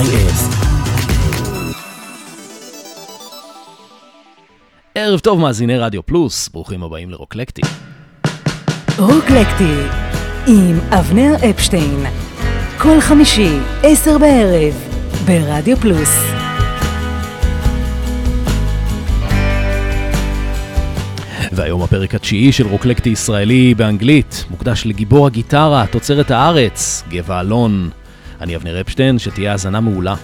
CIS. ערב טוב מאזיני רדיו פלוס, ברוכים הבאים לרוקלקטי. רוקלקטי עם אבנר אפשטיין, כל חמישי 10 בערב ברדיו פלוס. והיום הפרק התשיעי של רוקלקטי ישראלי באנגלית, מוקדש לגיבור הגיטרה, תוצרת הארץ, גבע אלון. אני אבנר אפשטיין, שתהיה האזנה מעולה.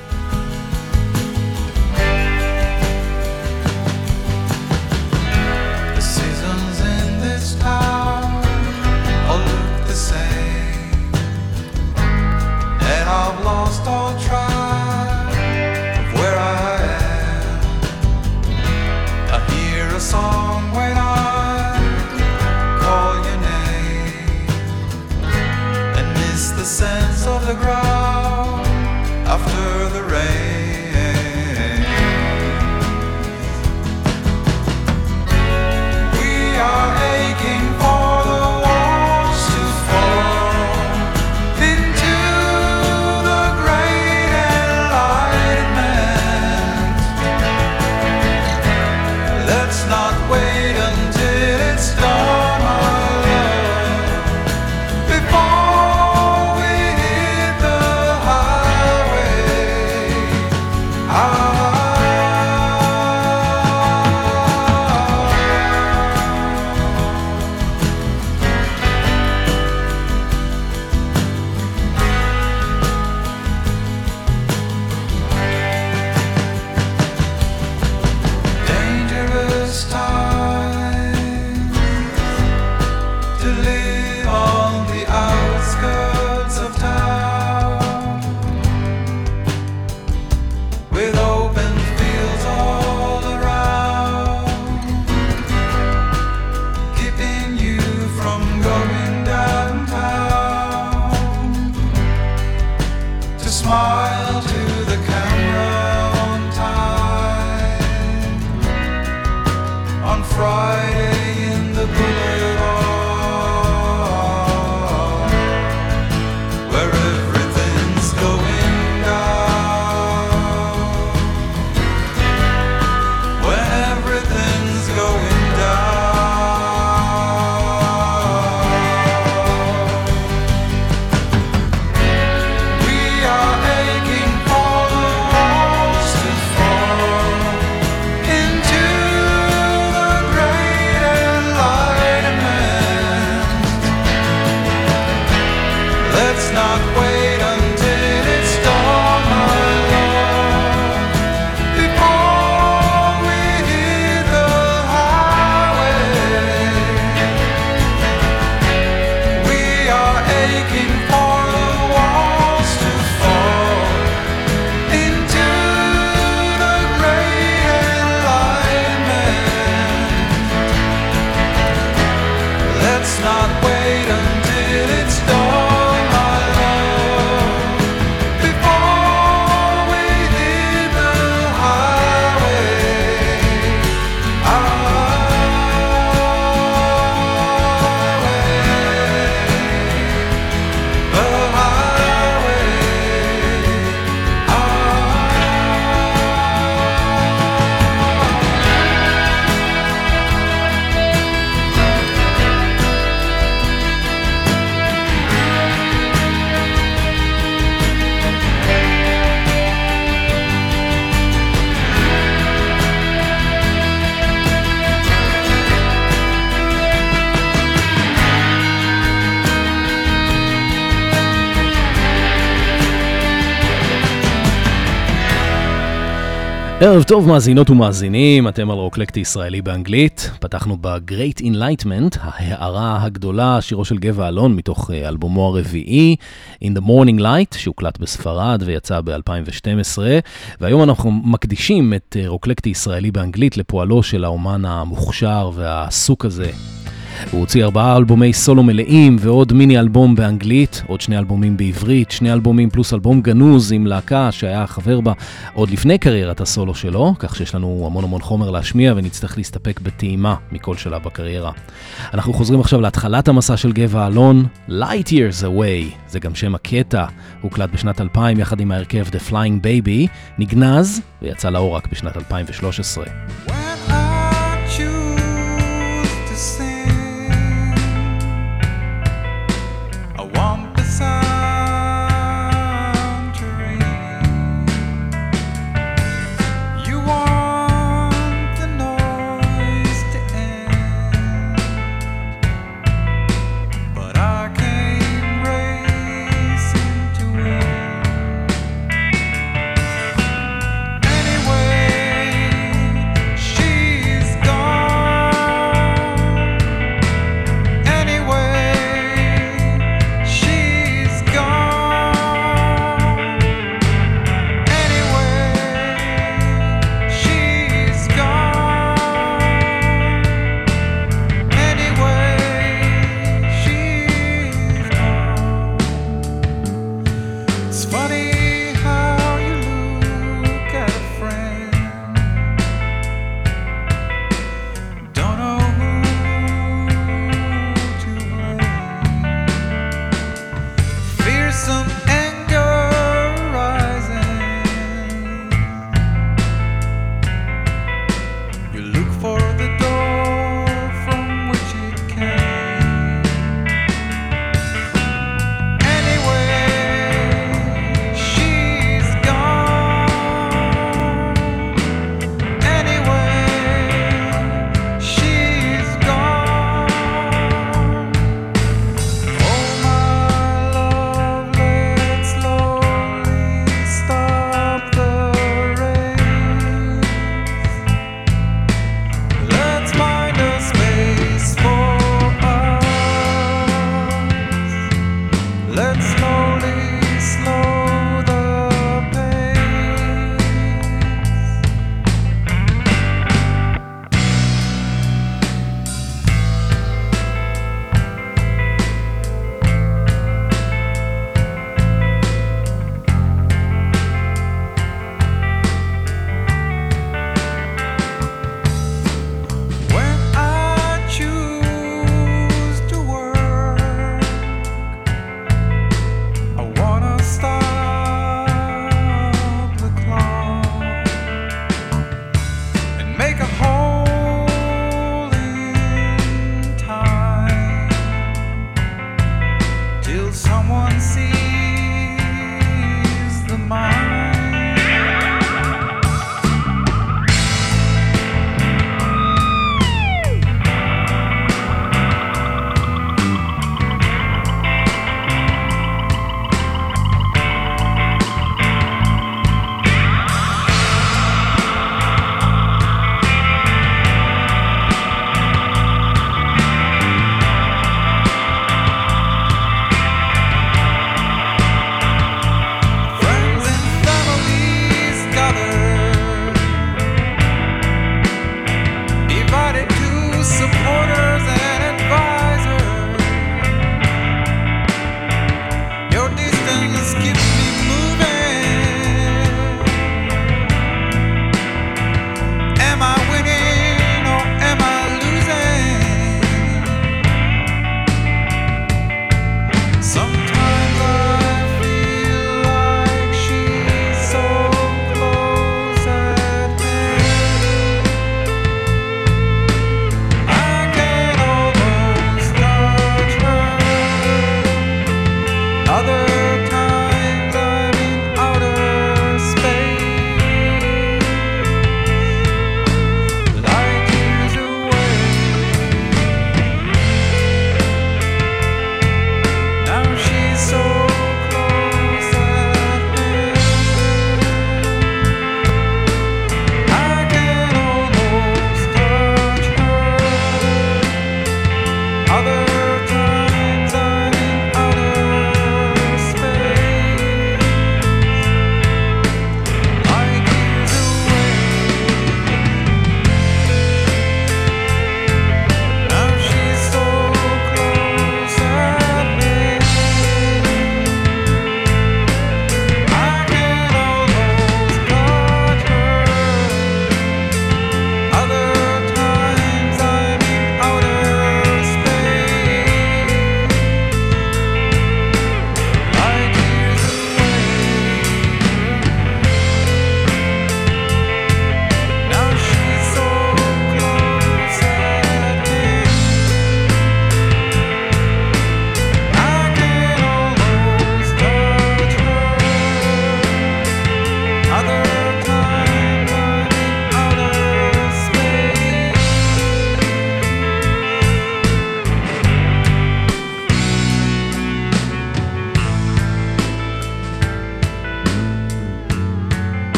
ערב טוב מאזינות ומאזינים, אתם על רוקלקטי ישראלי באנגלית. פתחנו ב-Great Enlightenment, ההערה הגדולה, שירו של גבע אלון מתוך אלבומו הרביעי, In the Morning Light, שהוקלט בספרד ויצא ב-2012. והיום אנחנו מקדישים את רוקלקטי ישראלי באנגלית לפועלו של האומן המוכשר והעסוק הזה, הוא הוציא 4 אלבומי סולו מלאים ועוד מיני אלבום באנגלית, עוד 2 אלבומים בעברית, 2 אלבומים פלוס אלבום גנוז עם להקה שהיה חבר בה עוד לפני קריירת הסולו שלו, כך שיש לנו המון חומר להשמיע ונצטרך להסתפק בטעימה מכל שלב בקריירה. אנחנו חוזרים עכשיו להתחלת המסע של גבע אלון, Light Years Away, זה גם שם הקטע, הוקלט בשנת 2000 יחד עם ההרכב The Flying Baby, נגנז ויצא לאור רק בשנת 2013. Anyway,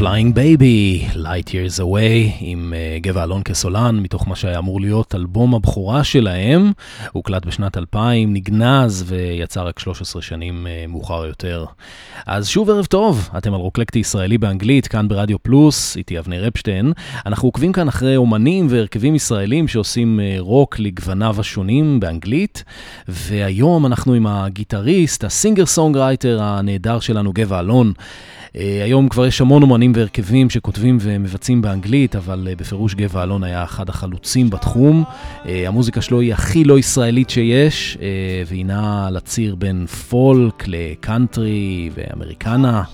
Flying Baby, Light Years Away, עם גבע אלון כסולן, מתוך מה שהיה אמור להיות אלבום הבכורה שלהם. הוא הוקלט בשנת 2000, נגנז ויצא רק 13 שנים מאוחר יותר. אז שוב ערב טוב, אתם על רוקלקטי ישראלי באנגלית, כאן ברדיו פלוס, איתי אבנר אפשטיין. אנחנו עוקבים כאן אחרי אומנים והרכבים ישראלים שעושים רוק לגווניו השונים באנגלית, והיום אנחנו עם הגיטריסט, הסינגר סונגרייטר הנהדר שלנו, גבע אלון. היום כבר יש המון אומנים והרכבים שכותבים ומבצעים באנגלית, אבל בפירוש גבע אלון היה אחד החלוצים בתחום. המוזיקה שלו היא הכי לא ישראלית שיש, והיא נעה לציר בין פולק לקאנטרי ואמריקנה.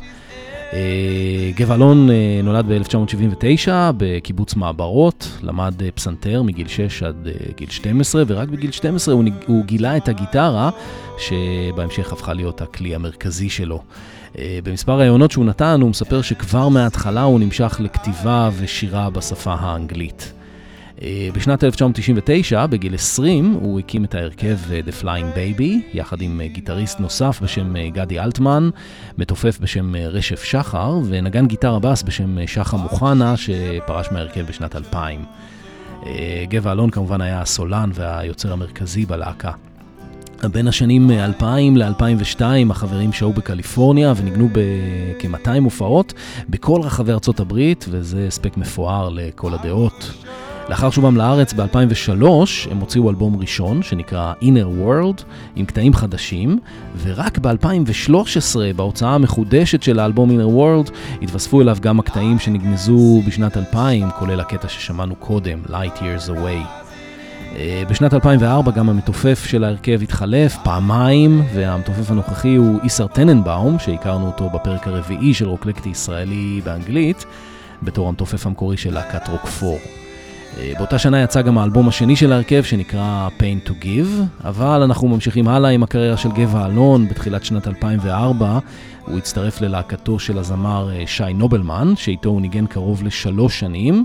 גבע אלון נולד ב-1979 בקיבוץ מעברות, למד פסנתר מגיל 6 עד גיל 12, ורק בגיל 12 הוא גילה את הגיטרה, שבהמשך הפכה להיות הכלי המרכזי שלו. במספר רעיונות שהוא נתן, הוא מספר שכבר מההתחלה הוא נמשך לכתיבה ושירה בשפה האנגלית. בשנת 1999, בגיל 20, הוא הקים את ההרכב The Flying Baby, יחד עם גיטריסט נוסף בשם גדי אלטמן, מתופף בשם רשף שחר, ונגן גיטרה בס בשם שחה מוחנה, שפרש מההרכב בשנת 2000. גבע אלון כמובן היה הסולן והיוצר המרכזי בלהקה. בין השנים 2000 ל-2002 החברים שהו בקליפורניה וניגנו בכ-200 הופעות בכל רחבי ארצות הברית, וזה הספק מפואר לכל הדעות. לאחר שובם לארץ ב-2003 הם הוציאו אלבום ראשון שנקרא Inner World עם קטעים חדשים, ורק ב-2013 בהוצאה המחודשת של האלבום Inner World התווספו אליו גם הקטעים שנגנזו בשנת 2000, כולל הקטע ששמענו קודם, Light Years Away. בשנת 2004 גם המתופף של ההרכב התחלף פעמיים, והמתופף הנוכחי הוא איסר טננבאום, שהכרנו אותו בפרק הרביעי של רוקלקטי ישראלי באנגלית, בתור המתופף המקורי של להקת רוקפור. באותה שנה יצא גם האלבום השני של ההרכב שנקרא Pain to Give, אבל אנחנו ממשיכים הלאה עם הקריירה של גבע אלון. בתחילת שנת 2004 הוא הצטרף ללהקתו של הזמר שי נובלמן, שאיתו הוא ניגן קרוב ל3 שנים,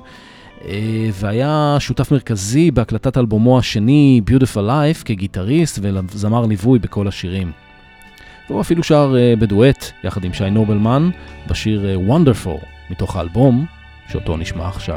והיה שותף מרכזי בהקלטת אלבומו השני Beautiful Life כגיטריסט וזמר ליווי בכל השירים. והוא אפילו שר בדואט יחד עם שי נובלמן בשיר Wonderful מתוך האלבום שאותו נשמע עכשיו.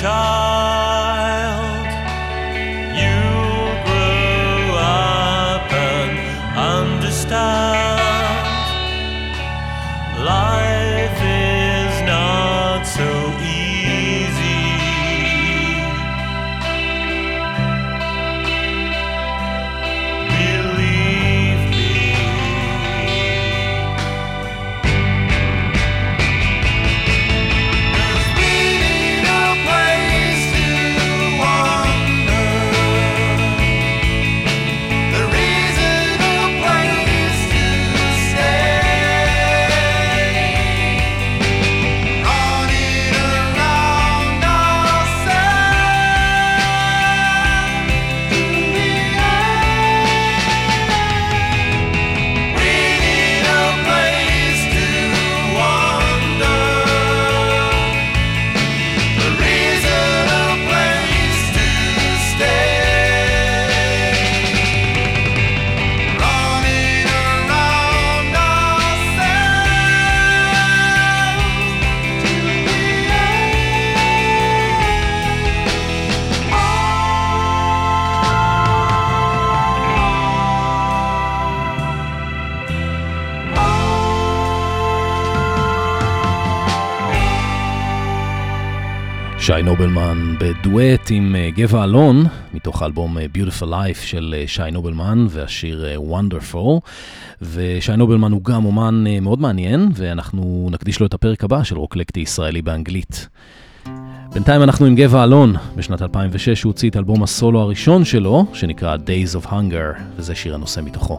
child, you grew up and understand life is not so easy. Believe me. שי נובלמן בדואט עם גבע אלון, מתוך האלבום Beautiful Life של שי נובלמן והשיר Wonderful. ושי נובלמן הוא גם אומן מאוד מעניין, ואנחנו נקדיש לו את הפרק הבא של רוקלקטי ישראלי באנגלית. בינתיים אנחנו עם גבע אלון. בשנת 2006 הוא הוציא את אלבום הסולו הראשון שלו, שנקרא Days of Hunger, וזה שיר הנושא מתוכו.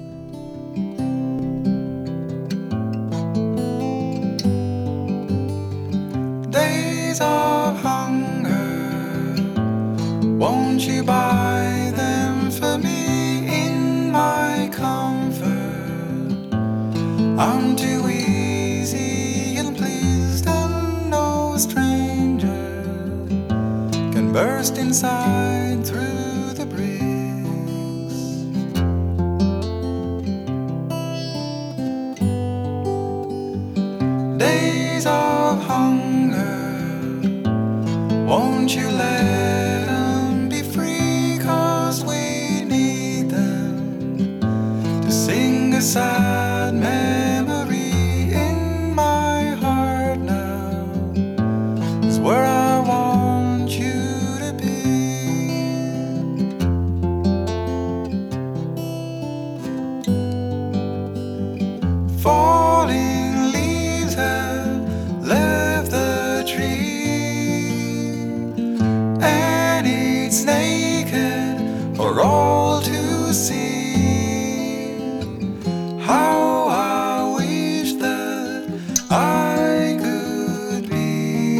Won't you buy them for me in my comfort? I'm too easy and pleased, and no stranger can burst inside through the bricks. Days of hunger, won't you let a sad memory in my heart now is where I want you to be. Falling leaves have left the tree, and it's naked for all to see. How I wish that I could be.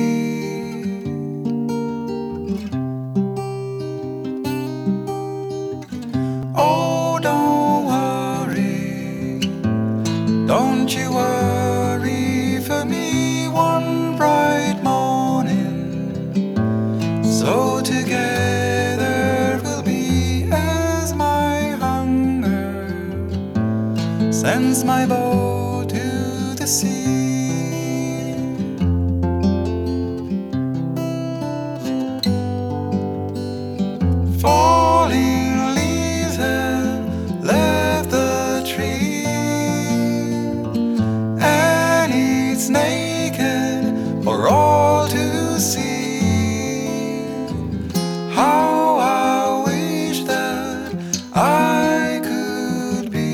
Oh, don't worry, don't you worry for me one bright morning. So together we'll be as my hunger sends my boat to the sea. Falling leaves have left the tree, and it's naked for all to see. How I wish that I could be.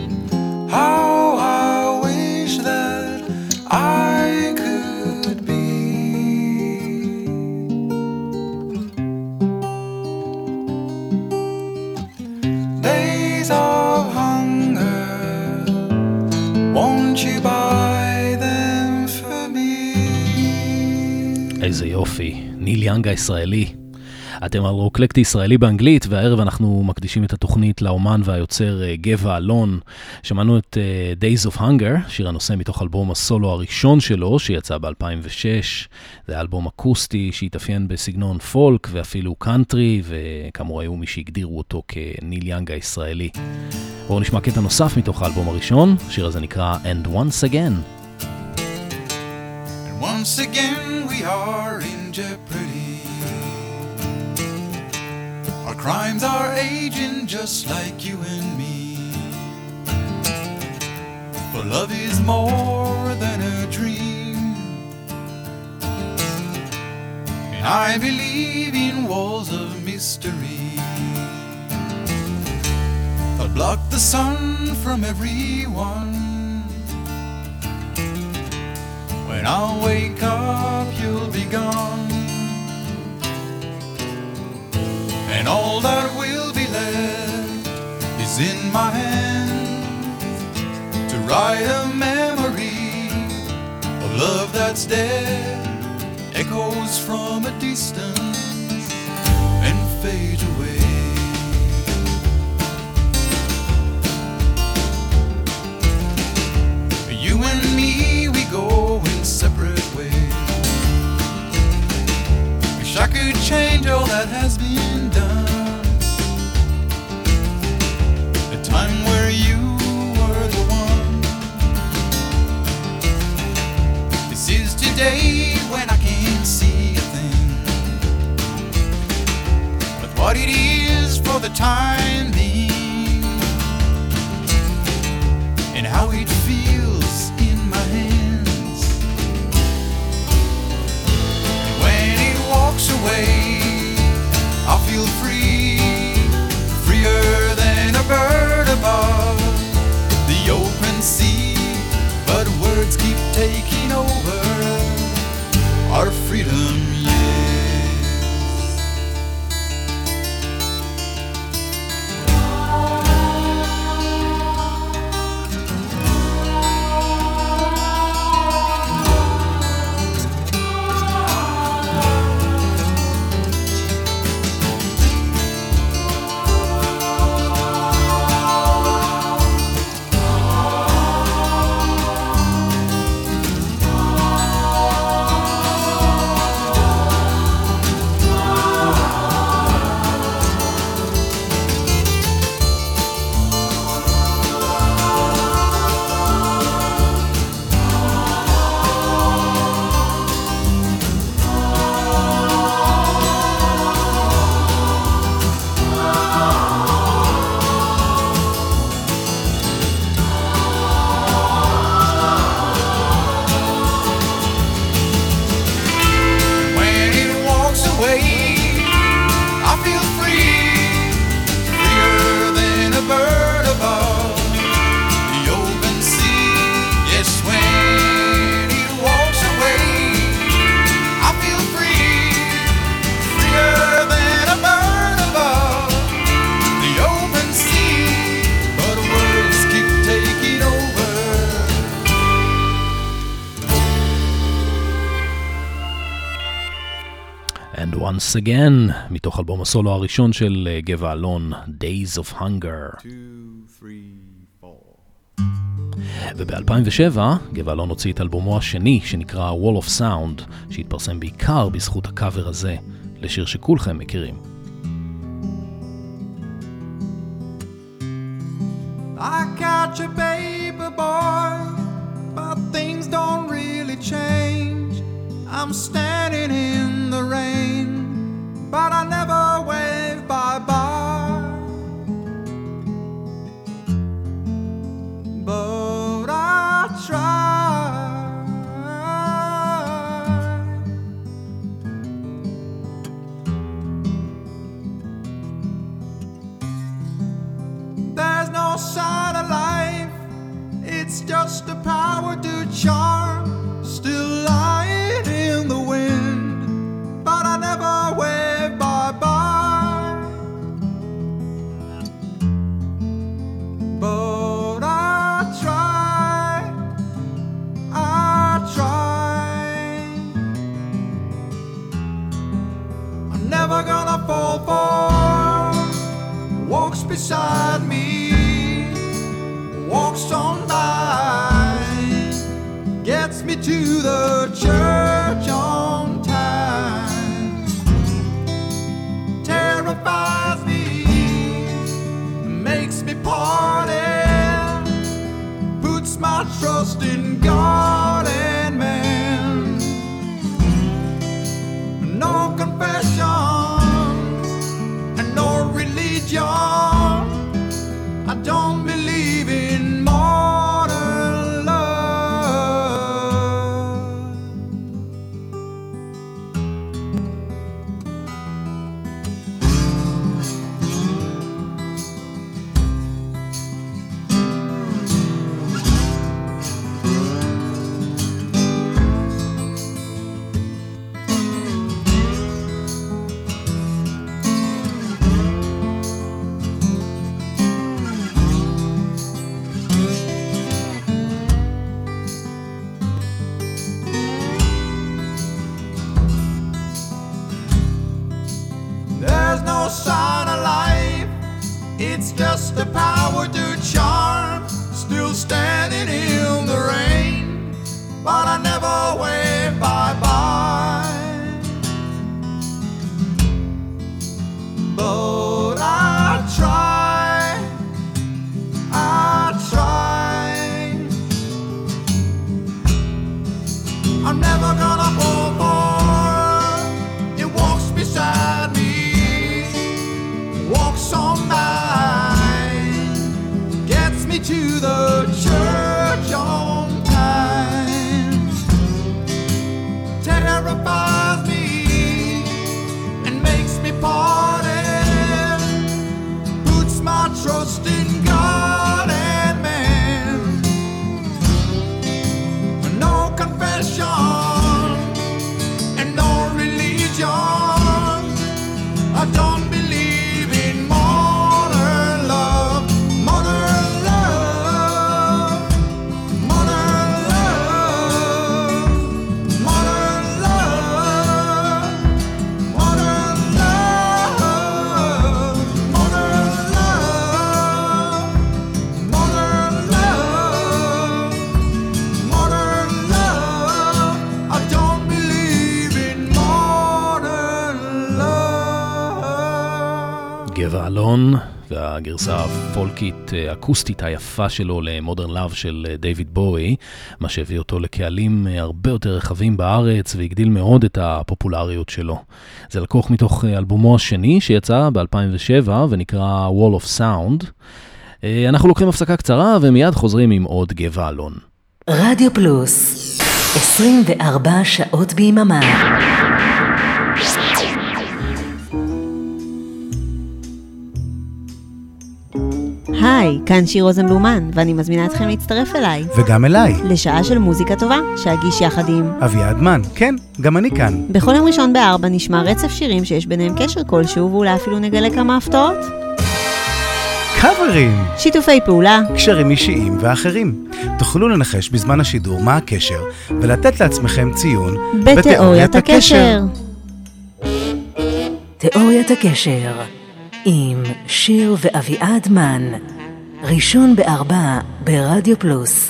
How I wish that I could be. איזה יופי, ניל יאנג הישראלי. אתם על רוקלקטי ישראלי באנגלית, והערב אנחנו מקדישים את התוכנית לאומן והיוצר גבע אלון. שמענו את Days of Hunger, שיר הנושא מתוך אלבום הסולו הראשון שלו, שיצא ב-2006. זה אלבום אקוסטי שהתאפיין בסגנון פולק ואפילו קאנטרי, וכאמור היו מי שהגדירו אותו כניל יאנג הישראלי. בואו נשמע קטע נוסף מתוך האלבום הראשון, השיר הזה נקרא And Once Again. And once again we are in jeopardy. Our crimes are aging just like you and me. For love is more than a dream, and I believe in walls of mystery that block the sun from everyone. When I'll wake up, you'll be gone, and all that will be left is in my hands to write a memory of love that's dead, echoes from a distance and fade away. You and me, we go in separate ways. Wish I could change all that has been done. The time where you were the one. This is today when I can't see a thing, but what it is for the time being, and how it feels in my hands. And when it walks away, I feel free, freer than a bird above the open sea. But words keep taking over our freedom, Once Again, מתוך אלבום הסולו הראשון של גבע אלון, Days of Hunger. 2, 3, 4. וב-2007 גבע אלון הוציא את אלבומו השני שנקרא Wall of Sound, שהתפרסם בעיקר בזכות הקאבר הזה לשיר שכולכם מכירים. I got you, baby boy, but things don't really change. I'm standing in the rain, but I never wave bye-bye. But I try. There's no sign of life, it's just a power to charm, still lying in the wind. never gonna fall for. Walks beside me, walks on by, gets me to the church on time, terrifies me, makes me party, puts my trust in God and man. No confessions and no religion. I don't believe in modern love. There's no sign of life, it's just the power to charm. Still standing in the rain, but I never wave bye-bye. But I try. I'm never gonna fall for. It walks beside me, walks on by, gets me to the church on time, terrifies me and makes me party, puts my trust in God and man. No confession and no religion. I don't believe in modern love, modern love, modern love, modern love, modern love, modern love, modern love, modern love. I don't believe in modern love. גבע אלון והגרסה הפולקית אקוסטית היפה שלו למודרן לאב של דיוויד בואי, מה שהביא אותו לקהלים הרבה יותר רחבים בארץ והגדיל מאוד את הפופולריות שלו. זה לקוח מתוך אלבומו השני שיצא ב-2007 ונקרא Wall of Sound. אנחנו לוקחים הפסקה קצרה ומיד חוזרים עם עוד גבע אלון. רדיו פלוס 24 שעות ביממה. היי, כאן שיר רוזנבלומן, ואני מזמינה אתכם להצטרף אליי. וגם אליי. לשעה של מוזיקה טובה, שאגיש יחד עם אביעד מן, כן, גם אני כאן. בכל יום ראשון ב-4 נשמע רצף שירים שיש ביניהם קשר כלשהו, ואולי אפילו נגלה כמה הפתעות. קאברים! שיתופי פעולה. קשרים אישיים ואחרים. תוכלו לנחש בזמן השידור מה הקשר, ולתת לעצמכם ציון בתיאוריית הקשר. תיאוריית הקשר עם שיר ואביעד מן, ראשון ב-4 ברדיו פלוס.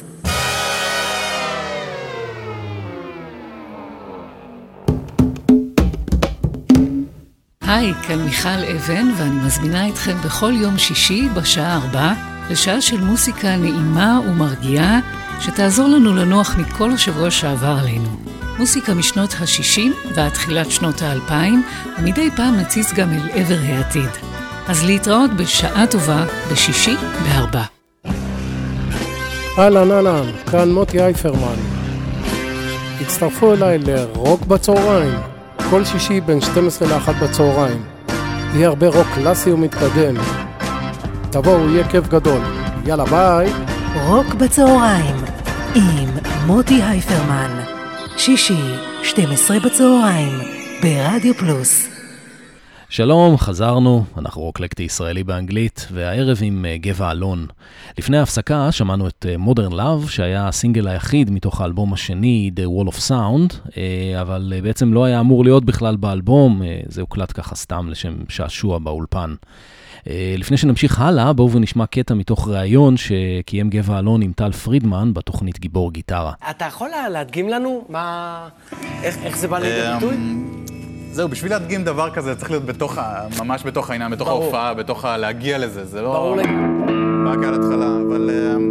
היי, כאן מיכל אבן, ואני מזמינה אתכם בכל יום שישי בשעה 4 לשעה של מוסיקה נעימה ומרגיעה שתעזור לנו לנוח מכל השבוע שעבר עלינו. מוסיקה משנות ה-60 ועד תחילת שנות ה-2000, ומדי פעם נציץ גם אל עבר העתיד. אז להתראות בשעה טובה בשישי ב-4. אהלן, כאן מוטי אייפרמן. הצטרפו אליי לרוק בצהריים, כל שישי בין 12 ל-1 בצהריים. יהיה הרבה רוק קלאסי ומתקדם. תבואו, יהיה כיף גדול. יאללה, ביי. רוק בצהריים עם מוטי אייפרמן, שישי 12 בצהריים ברדיו פלוס. שלום, חזרנו, אנחנו רוקלקטי ישראלי באנגלית, והערב עם גבע אלון. לפני ההפסקה שמענו את Modern Love, שהיה הסינגל היחיד מתוך האלבום השני, The Wall of Sound, אבל בעצם לא היה אמור להיות בכלל באלבום, זה הוקלט ככה סתם לשם שעשוע באולפן. לפני שנמשיך הלאה, בואו ונשמע קטע מתוך ראיון שקיים גבע אלון עם טל פרידמן בתוכנית גיבור גיטרה. אתה יכול להדגים לנו איך זה בא לידי ביטוי? זהו, בשביל להדגים דבר כזה, צריך להיות ממש בתוך העניין, בתוך ההופעה, בתוך להגיע לזה, זה לא... ברור לי. רק על התחלה, אבל...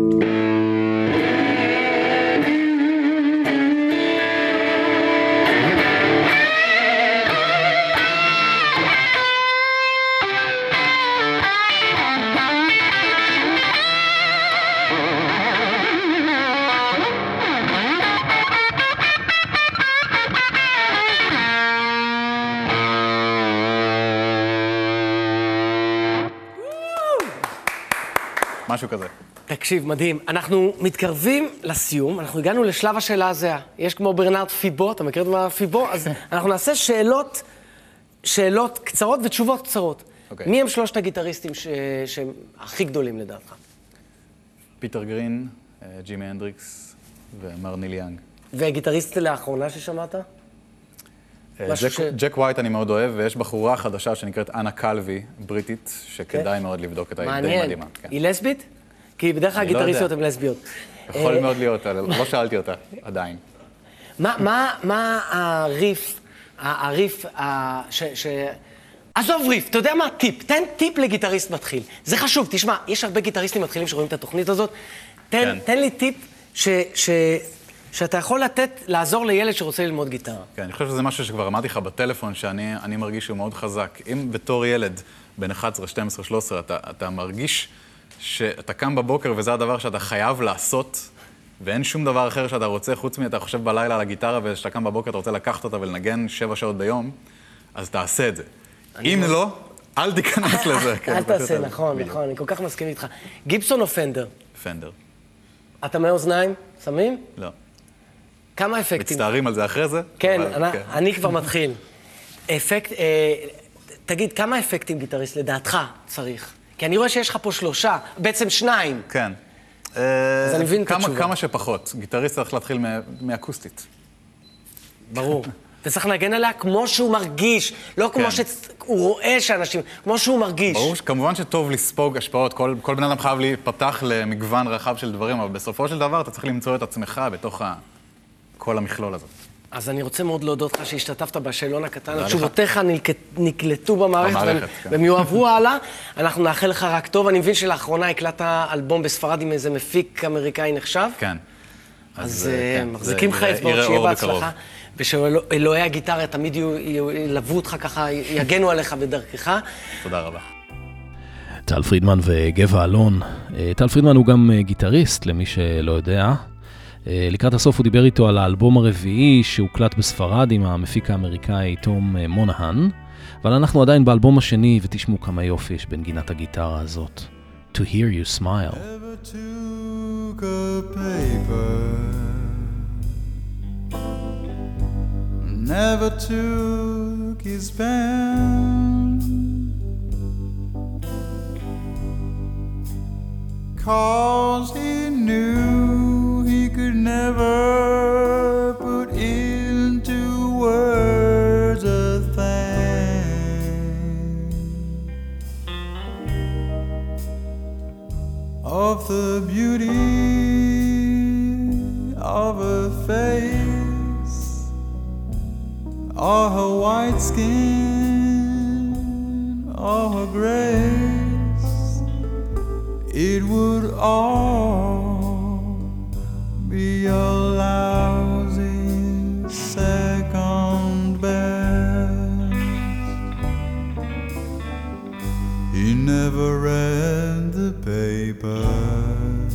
משהו כזה. תקשיב, מדהים. אנחנו מתקרבים לסיום, אנחנו הגענו לשלב השאלה הזהה. יש כמו ברנרד פיבו, אתה מכיר את ברנרד פיבו? אז אנחנו נעשה שאלות קצרות ותשובות קצרות. מי הם שלושת הגיטריסטים שהם הכי גדולים לדעתך? פיטר גרין, ג'ימי הנדריקס ומר ניל יאנג. והגיטריסט לאחרונה ששמעת? ג'ק ווייט אני מאוד אוהב, ויש בחורה חדשה שנקראת אנה קלווי, בריטית, שכדאי מאוד לבדוק את די מדהימה. מעניין. היא לסבית? כי בדרך כלל הגיטריסטיות הן לסביות. יכול מאוד להיות, לא שאלתי אותה, עדיין. מה הריף, עזוב ריף, אתה יודע מה? טיפ, תן טיפ לגיטריסט מתחיל. זה חשוב, תשמע, יש הרבה גיטריסטים מתחילים שרואים את התוכנית הזאת. תן לי טיפ שאתה יכול לעזור לילד שרוצה ללמוד גיטרה. כן, אני חושב שזה משהו שכבר אמרתי לך בטלפון, שאני מרגיש שהוא מאוד חזק. אם בתור ילד, בין 11, 12, 13, אתה מרגיש שאתה קם בבוקר וזה הדבר שאתה חייב לעשות, ואין שום דבר אחר שאתה רוצה, חוץ אתה חושב בלילה על הגיטרה, ושאתה קם בבוקר אתה רוצה לקחת אותה ולנגן 7 שעות ביום, אז תעשה את זה. אם לא, אל תיכנס לזה. אל תעשה, נכון, אני כל כך מסכים איתך. גיבסון או פנדר? פנדר. אתה מאוזניים? שמים? לא. כמה אפקטים? מצטערים על זה אחרי זה? כן, אני כבר מתחיל. תגיד, כמה אפקטים גיטריסט לדעתך צריך? כי אני רואה שיש לך פה 3, בעצם 2. כן. אז אני מבין את התשובה. כמה שפחות. גיטריסט צריך להתחיל מאקוסטית. ברור. אתה צריך לנגן עליה כמו שהוא מרגיש, לא כמו שהוא רואה שאנשים, כמו שהוא מרגיש. ברור, כמובן שטוב לספוג השפעות, כל בן אדם חייב להיפתח למגוון רחב של דברים, אבל בסופו של דבר אתה צריך למצוא את עצמך בתוך כל המכלול הזה. אז אני רוצה מאוד להודות לך שהשתתפת בשאלון הקטן, התשובותיך נקלטו במערכת והם יועברו הלאה. אנחנו נאחל לך רק טוב, אני מבין שלאחרונה הקלטת אלבום בספרד עם איזה מפיק אמריקאי נחשב. כן. אז מחזיקים לך אצבעות, שיהיה בהצלחה. ושאלוהי הגיטרה תמיד ילוו אותך ככה, יגנו עליך בדרכך. תודה רבה. טל פרידמן וגבע אלון. טל פרידמן הוא גם גיטריסט, למי שלא יודע. לקראת הסוף הוא דיבר איתו על האלבום הרביעי שהוקלט בספרד עם המפיק האמריקאי תום מונהן, אבל אנחנו עדיין באלבום השני, ותשמעו כמה יופי יש בנגינת הגיטרה הזאת. To hear you smile. Never took a paper, never took his pen, 'cause he knew he could never put into words a thing of the beauty of her face, or her white skin, or her grace. It would all be a lousy second best. He never read the papers,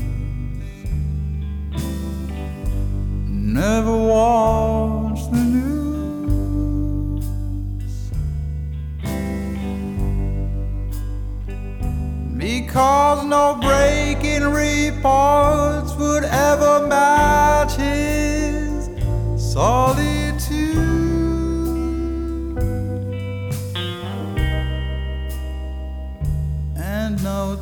never watched the news, because no breaking reports would ever match his solitude.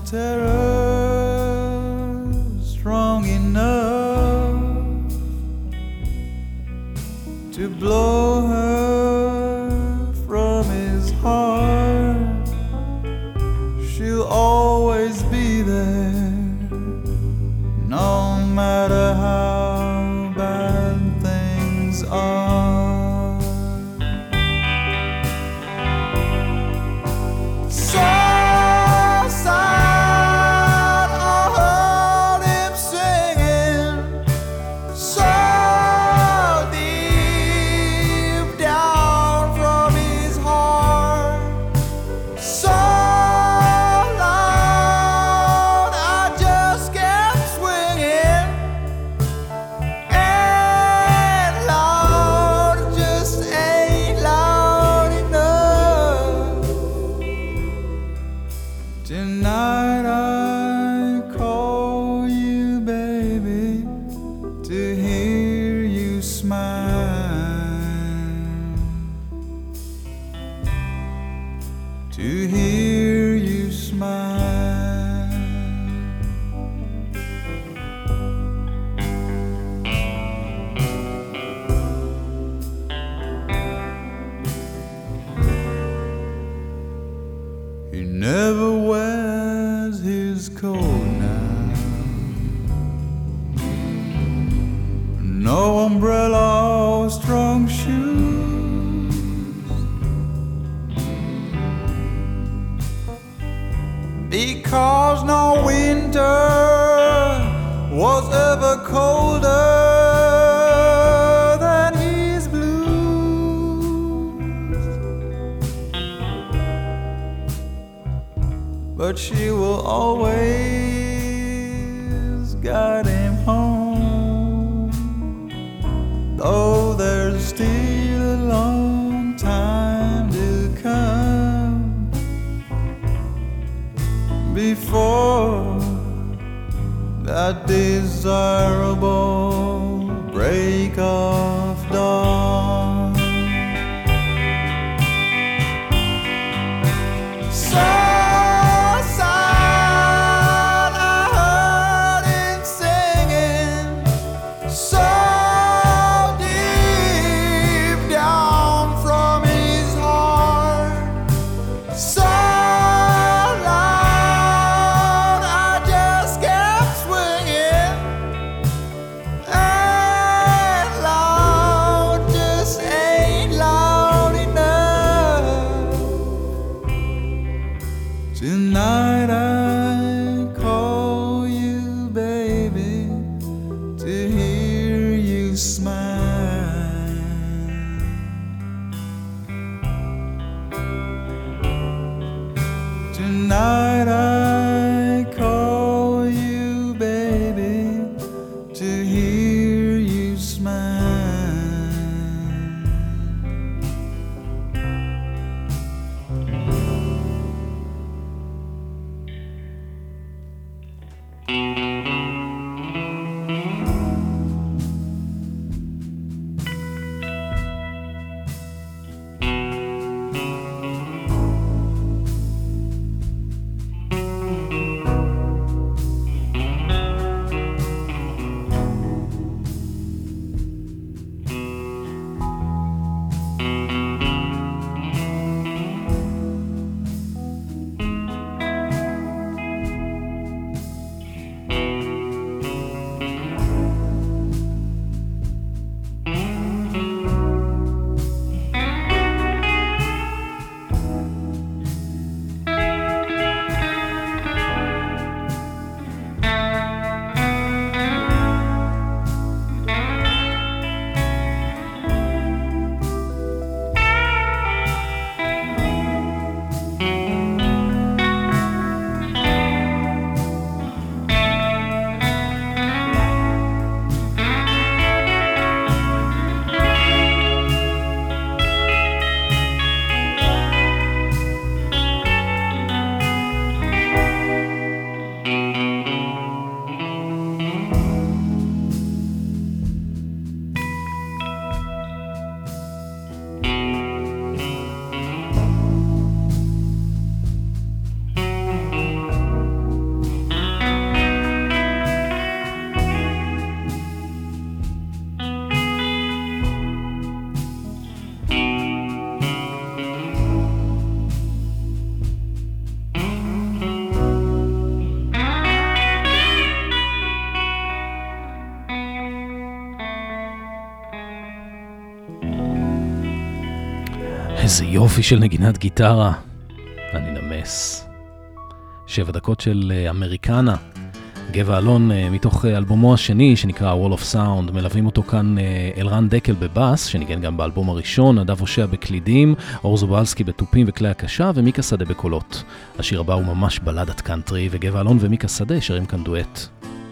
terror strong enough to blow her from his heart. She'll always be there, no matter how bad things are. So sad, I heard him singing, so deep down from his heart, so loud, I just kept swinging, and loud just ain't loud enough. Tonight I call you, baby, to hear you smile, to hear you smile. He never wears his coat now, no umbrella or strong shoes, because no winter was ever colder than his blues. But she will always guide him home, though there's still a long time to come before that desirable break of dawn. So sad, I heard him singing, so deep down from his heart, so loud, I just kept swinging, and loud. איזה יופי של נגינת גיטרה. אני נמס. 7 דקות של אמריקנה. גבע אלון מתוך אלבומו השני שנקרא Wall of Sound. מלווים אותו כאן אלרן דקל בבאס, שניגן גם באלבום הראשון, נדב הושע בקלידים, אור זובלסקי בתופים וכלי הקשה, ומיקה שדה בקולות. השיר הבא הוא ממש בלדת קאנטרי, וגבע אלון ומיקה שדה שרים כאן דואט.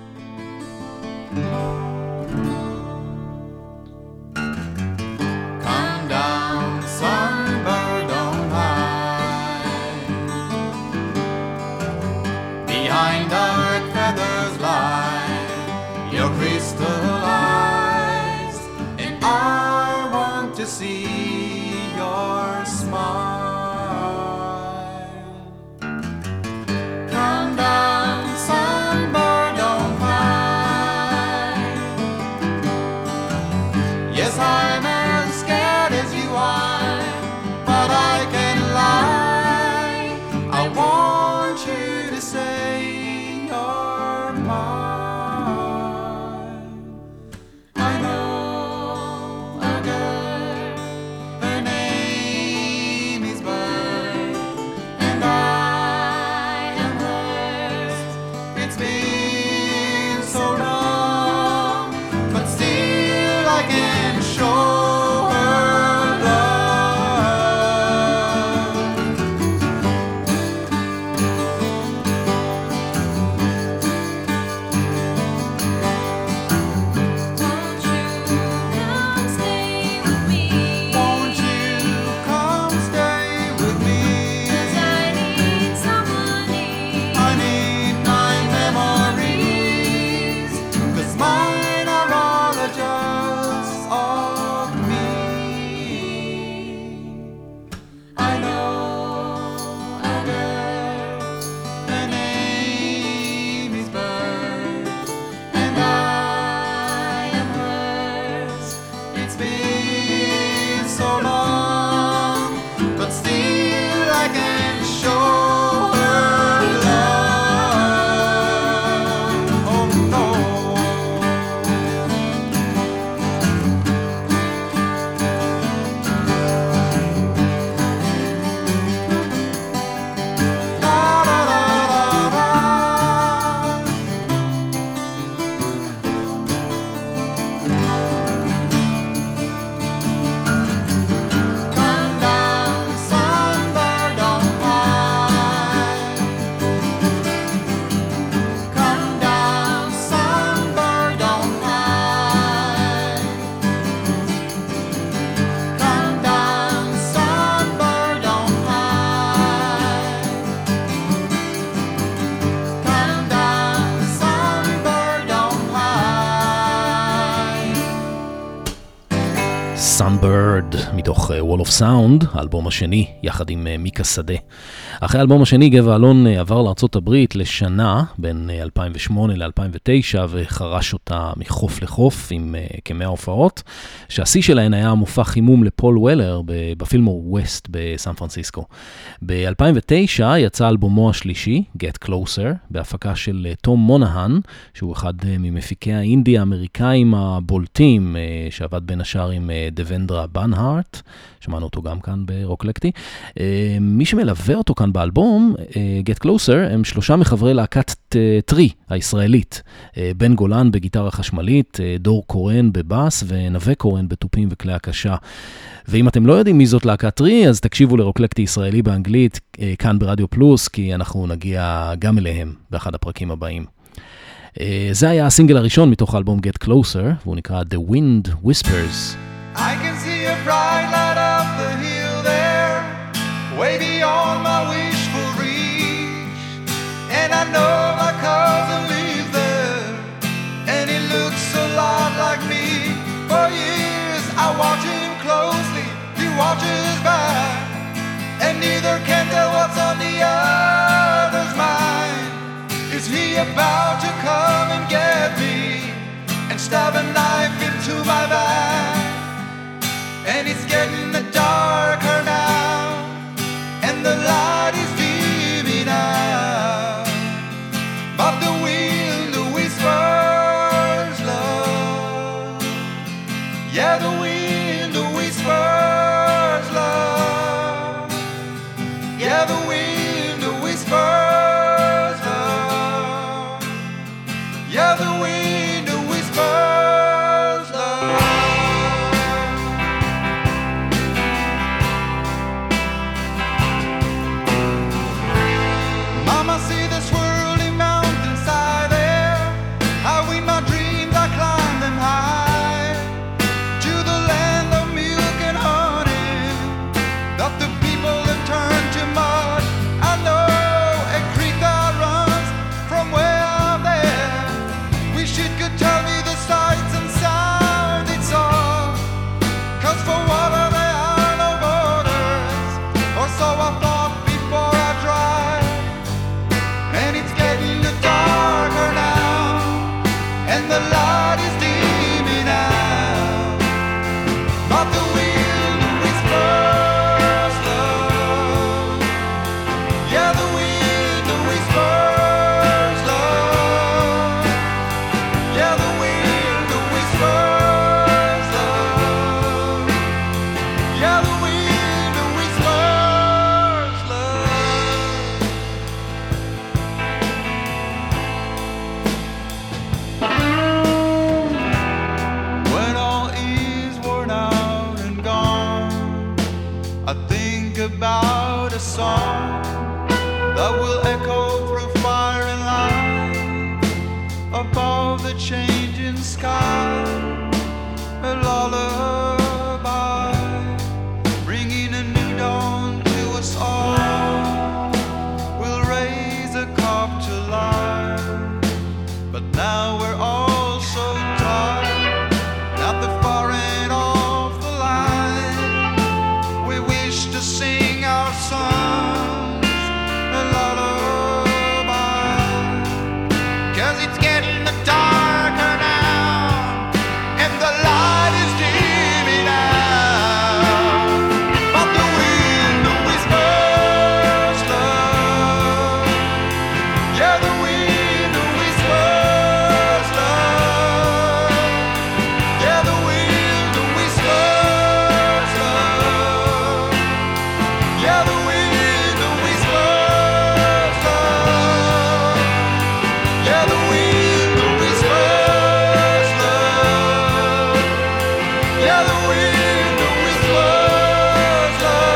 Sunbird מתוך Wall of Sound, האלבום השני, יחד עם מיקה שדה. אחרי האלבום השני, גבע אלון עבר לארצות הברית לשנה, בין 2008 ל-2009, וחרש אותה מחוף לחוף עם כ100 הופעות, שהשיא שלהן היה מופע חימום לפול וולר בפילמו ווסט בסן פרנסיסקו. ב-2009 יצא אלבומו השלישי, Get Closer, בהפקה של תום מונהן, שהוא אחד ממפיקי האינדי האמריקאים הבולטים, שעבד בין השאר עם דוונדרה בנהארט, שמענו אותו גם כאן ברוקלקטי. מי שמלווה אותו כאן באלבום, Get Closer, הם 3 מחברי להקת טרי הישראלית. בן גולן בגיטרה חשמלית, דור קורן בבאס ונווה קורן בתופים וכלי הקשה. ואם אתם לא יודעים מי זאת להקת טרי, אז תקשיבו לרוקלקטי ישראלי באנגלית כאן ברדיו פלוס, כי אנחנו נגיע גם אליהם באחד הפרקים הבאים. זה היה הסינגל הראשון מתוך האלבום Get Closer, והוא נקרא The Wind Whispers. I can see a bright light up the hill there, way beyond my wishful reach. And I know my cousin lives there, and he looks a lot like me. For years I watch him closely, he watches back, and neither can tell what's on the other's mind. Is he about to come and get me, and stab a knife into my back? And it's getting darker now, and the light is dimming out. But the wind whispers love. Yeah, the wind whispers love. I think about a song that will echo through fire and light above the changing sky, a lullaby bringing a new dawn to us all. We'll raise a cup to life, but now we're all so tired at the far end of the line. We wish to sing our songs a lullaby, 'cause it's getting darker now and the light is dimming out. But the wind whispers love, yeah, the wind whispers love, yeah, the wind whispers love, yeah, the wind whispers love, yeah, the wind whispers love, yeah, the wind whispers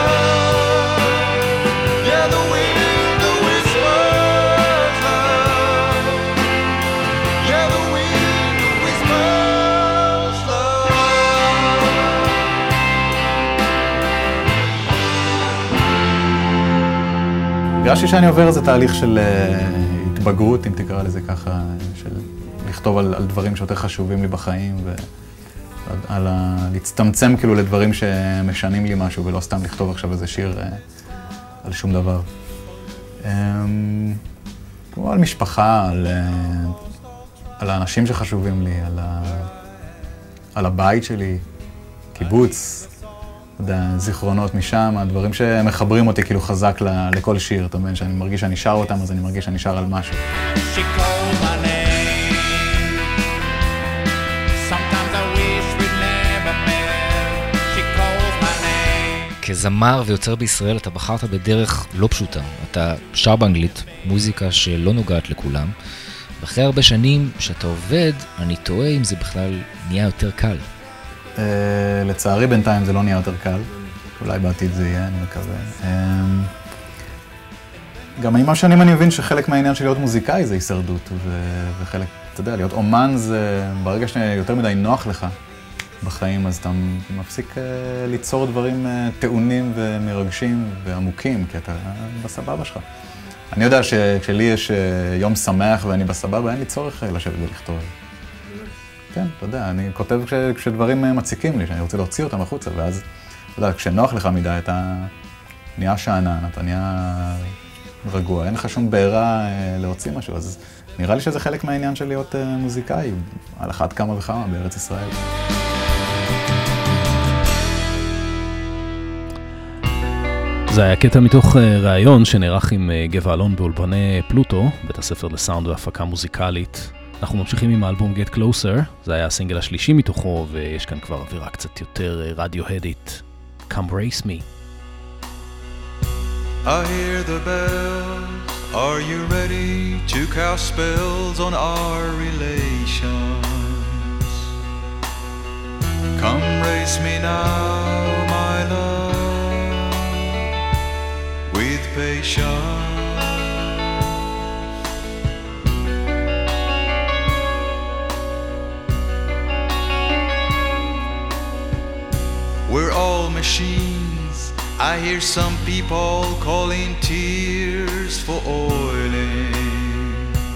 love, yeah, the wind whispers love, yeah, the wind whispers love. הרגשתי שאני עובר איזה תהליך של התבגרות, אם תקרא לזה ככה, של לכתוב על דברים שיותר חשובים לי בחיים, ועל להצטמצם כאילו לדברים שמשנים לי משהו, ולא סתם לכתוב עכשיו איזה שיר על שום דבר. כמו על משפחה, על האנשים שחשובים לי, על הבית שלי, קיבוץ, זיכרונות משם, הדברים שמחברים אותי כאילו חזק לכל שיר, אתה מבין, שאני מרגיש שאני שר אותם, אז אני מרגיש שאני שר על משהו. כזמר ויוצר בישראל אתה בחרת בדרך לא פשוטה. אתה שר באנגלית, מוזיקה שלא נוגעת לכולם, ואחרי הרבה שנים שאתה עובד, אני תוהה אם זה בכלל נהיה יותר קל. לצערי בינתיים זה לא נהיה יותר קל, אולי בעתיד זה יהיה, אני מקווה. גם עם השנים אני מבין שחלק מהעניין של להיות מוזיקאי זה הישרדות, וחלק, אתה יודע, להיות אומן זה, ברגע שיותר מדי נוח לך בחיים, אז אתה מפסיק ליצור דברים טעונים ומרגשים ועמוקים, כי אתה בסבבה שלך. אני יודע שכשלי יש יום שמח ואני בסבבה, אין לי צורך לשבת ולכתוב. כן, אתה יודע, אני כותב כשדברים מציקים לי, שאני רוצה להוציא אותם החוצה, ואז, אתה יודע, כשנוח לך מדי, אתה נהיה שענן, אתה נהיה רגוע, אין לך שום בעירה להוציא משהו, אז נראה לי שזה חלק מהעניין של להיות מוזיקאי, על אחת כמה וכמה בארץ ישראל. זה היה קטע מתוך ראיון שנערך עם גבע אלון באולפני פלוטו, בית הספר לסאונד והפקה מוזיקלית. אנחנו ממשיכים עם האלבום Get Closer, זה היה הסינגל השלישי מתוכו, ויש כאן כבר אווירה קצת יותר רדיו-הדית. Come Brace Me. I hear the bells, are you ready to cast spells on our relations? Come brace me now, my love, with patience. We're all machines. I hear some people calling tears for oiling.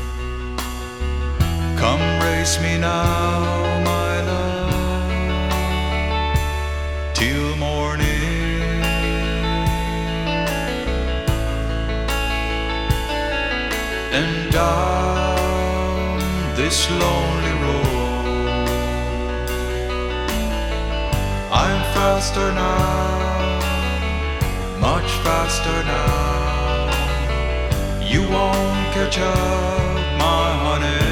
Come race me now, my love, till morning. And down this lonely road, I'm faster now, much faster now. You won't catch up, my honey.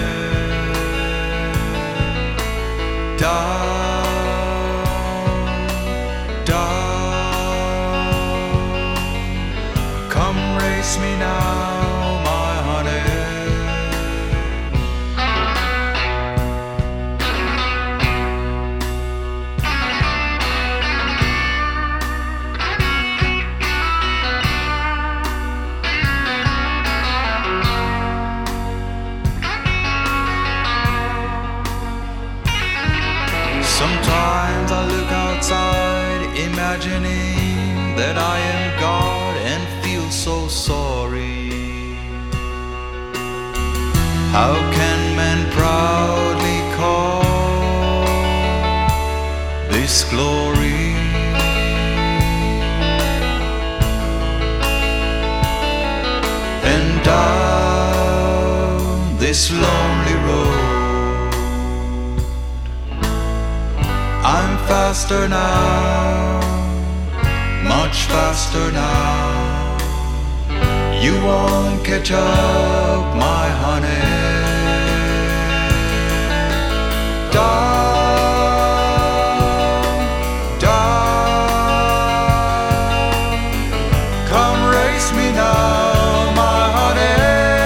Down, down. Come race me now, my honey. imagining that I am God and feel so sorry. How can man proudly call this glory? And down this lonely road, I'm faster now, much faster now. You won't catch up, my honey. Down, down, come race me now, my honey.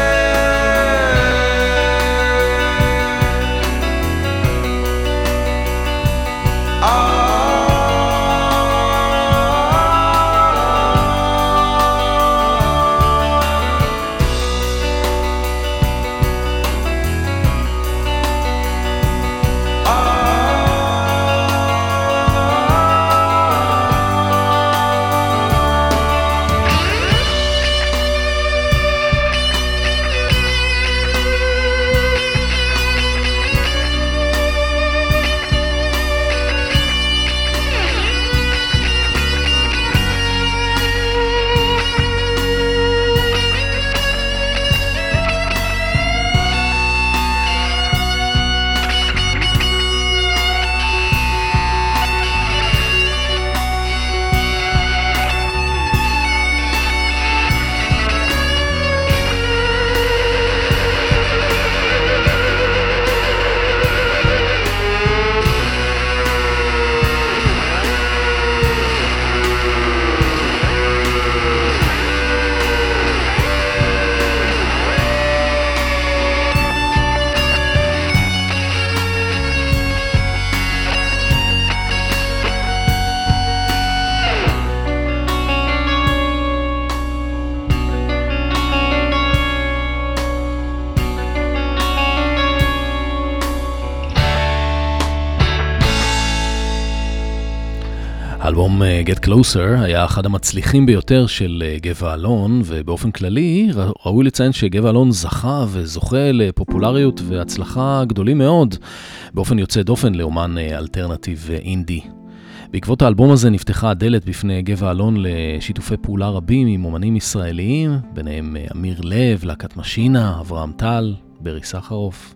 האלבום Get Closer היה אחד המצליחים ביותר של גבע אלון, ובאופן כללי ראוי לציין שגבע אלון זכה וזוכה לפופולריות והצלחה גדולים מאוד, באופן יוצא דופן לאומן אלטרנטיב אינדי. בעקבות האלבום הזה נפתחה הדלת בפני גבע אלון לשיתופי פעולה רבים עם אומנים ישראליים, ביניהם אמיר לב, להקת משינה, אברהם טל, ברי סחרוף.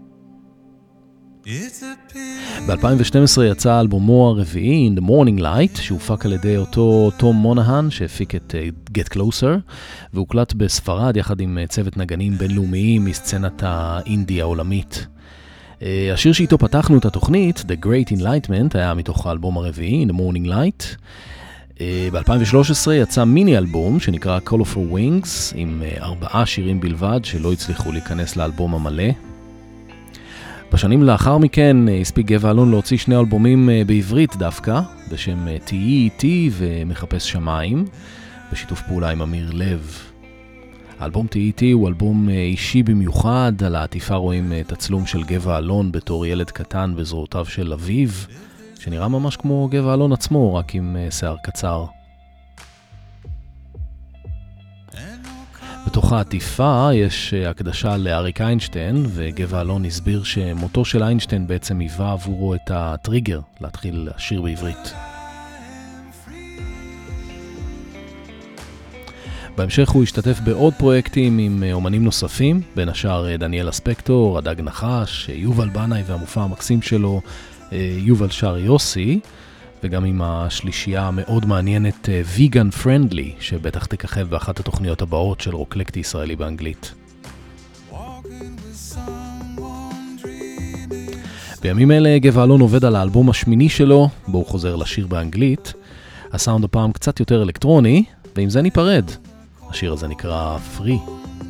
ב-2012 יצא אלבומו הרביעי, In the Morning Light, שהופק על ידי אותו תום מונהן, שהפיק את Get Closer, והוקלט בספרד יחד עם צוות נגנים בינלאומיים מסצנת האינדי העולמית. השיר שאיתו פתחנו את התוכנית, The Great Enlightenment, היה מתוך האלבום הרביעי, In the Morning Light. ב-2013 יצא מיני אלבום שנקרא Colorful Wings, עם 4 שירים בלבד שלא הצליחו להיכנס לאלבום המלא. בשנים לאחר מכן הספיק גבע אלון להוציא 2 אלבומים בעברית דווקא, בשם תהי איתי ומחפש שמיים, בשיתוף פעולה עם אמיר לב. האלבום תהי איתי הוא אלבום אישי במיוחד, על העטיפה רואים תצלום של גבע אלון בתור ילד קטן בזרועותיו של אביו, שנראה ממש כמו גבע אלון עצמו, רק עם שיער קצר. בתוך העטיפה יש הקדשה לאריק איינשטיין, וגבע אלון הסביר שמותו של איינשטיין בעצם היווה עבורו את הטריגר להתחיל לשיר בעברית. בהמשך הוא השתתף בעוד פרויקטים עם אומנים נוספים, בין השאר דניאל אספקטור, הדג נחש, יובל בנאי והמופע המקסים שלו, יובל שר יוסי, וגם עם השלישייה המאוד מעניינת ויגן פרנדלי, שבטח תככב באחת התוכניות הבאות של רוקלקטי ישראלי באנגלית. בימים אלה גבע אלון עובד על האלבום השמיני שלו, בו הוא חוזר לשיר באנגלית. הסאונד הפעם קצת יותר אלקטרוני, ועם זה ניפרד. השיר הזה נקרא Free.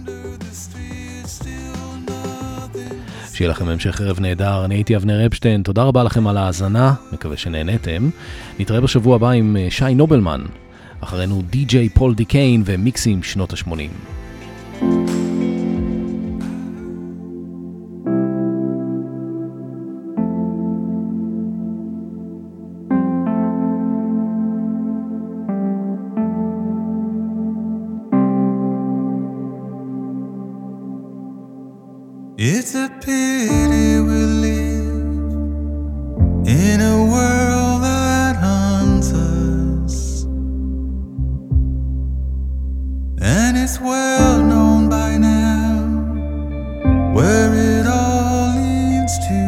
שיהיה לכם המשך ערב נהדר. אני הייתי אבנר אפשטיין, תודה רבה לכם על ההאזנה, מקווה שנהנתם. נתראה בשבוע הבא עם שי נובלמן, אחרינו די-ג'יי פול דיקיין ומיקסים שנות ה-80. It's a pity we live in a world that hunts us, and it's well known by now where it all leads to.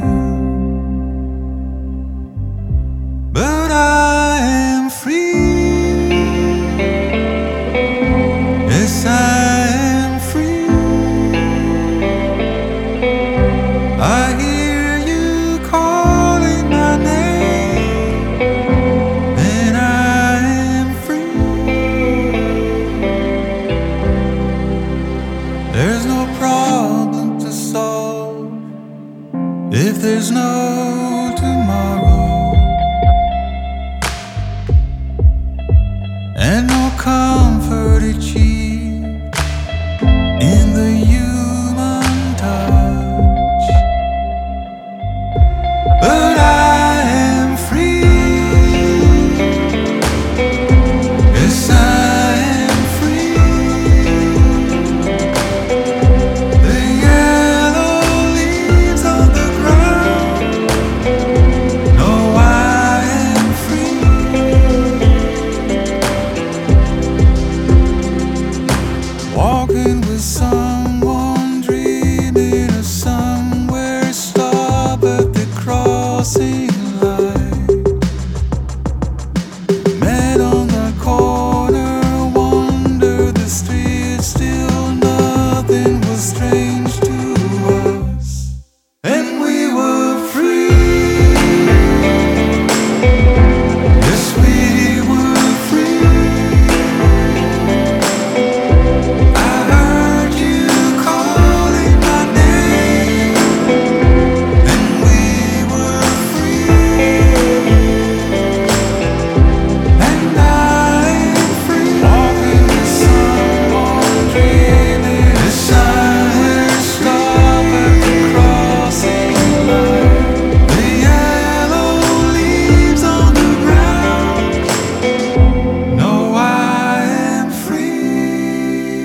But I am free. Yes, I am free. I hear you calling my name, and I am free. There's no problem to solve if there's no tomorrow, and no comfort achieved in the human touch. But I am free. Yes, I am free. The yellow leaves on the ground know I am free. Walking with someone, dreaming of somewhere, stop at the crossing line. Met on the corner, wander the streets, still nothing was strange to us, and we were free. Yes, we were free. I heard you calling my name, and we were free. And I am free. Walking with someone, dreaming of somewhere, stop at the crossing line. The yellow leaves on the ground know I am free.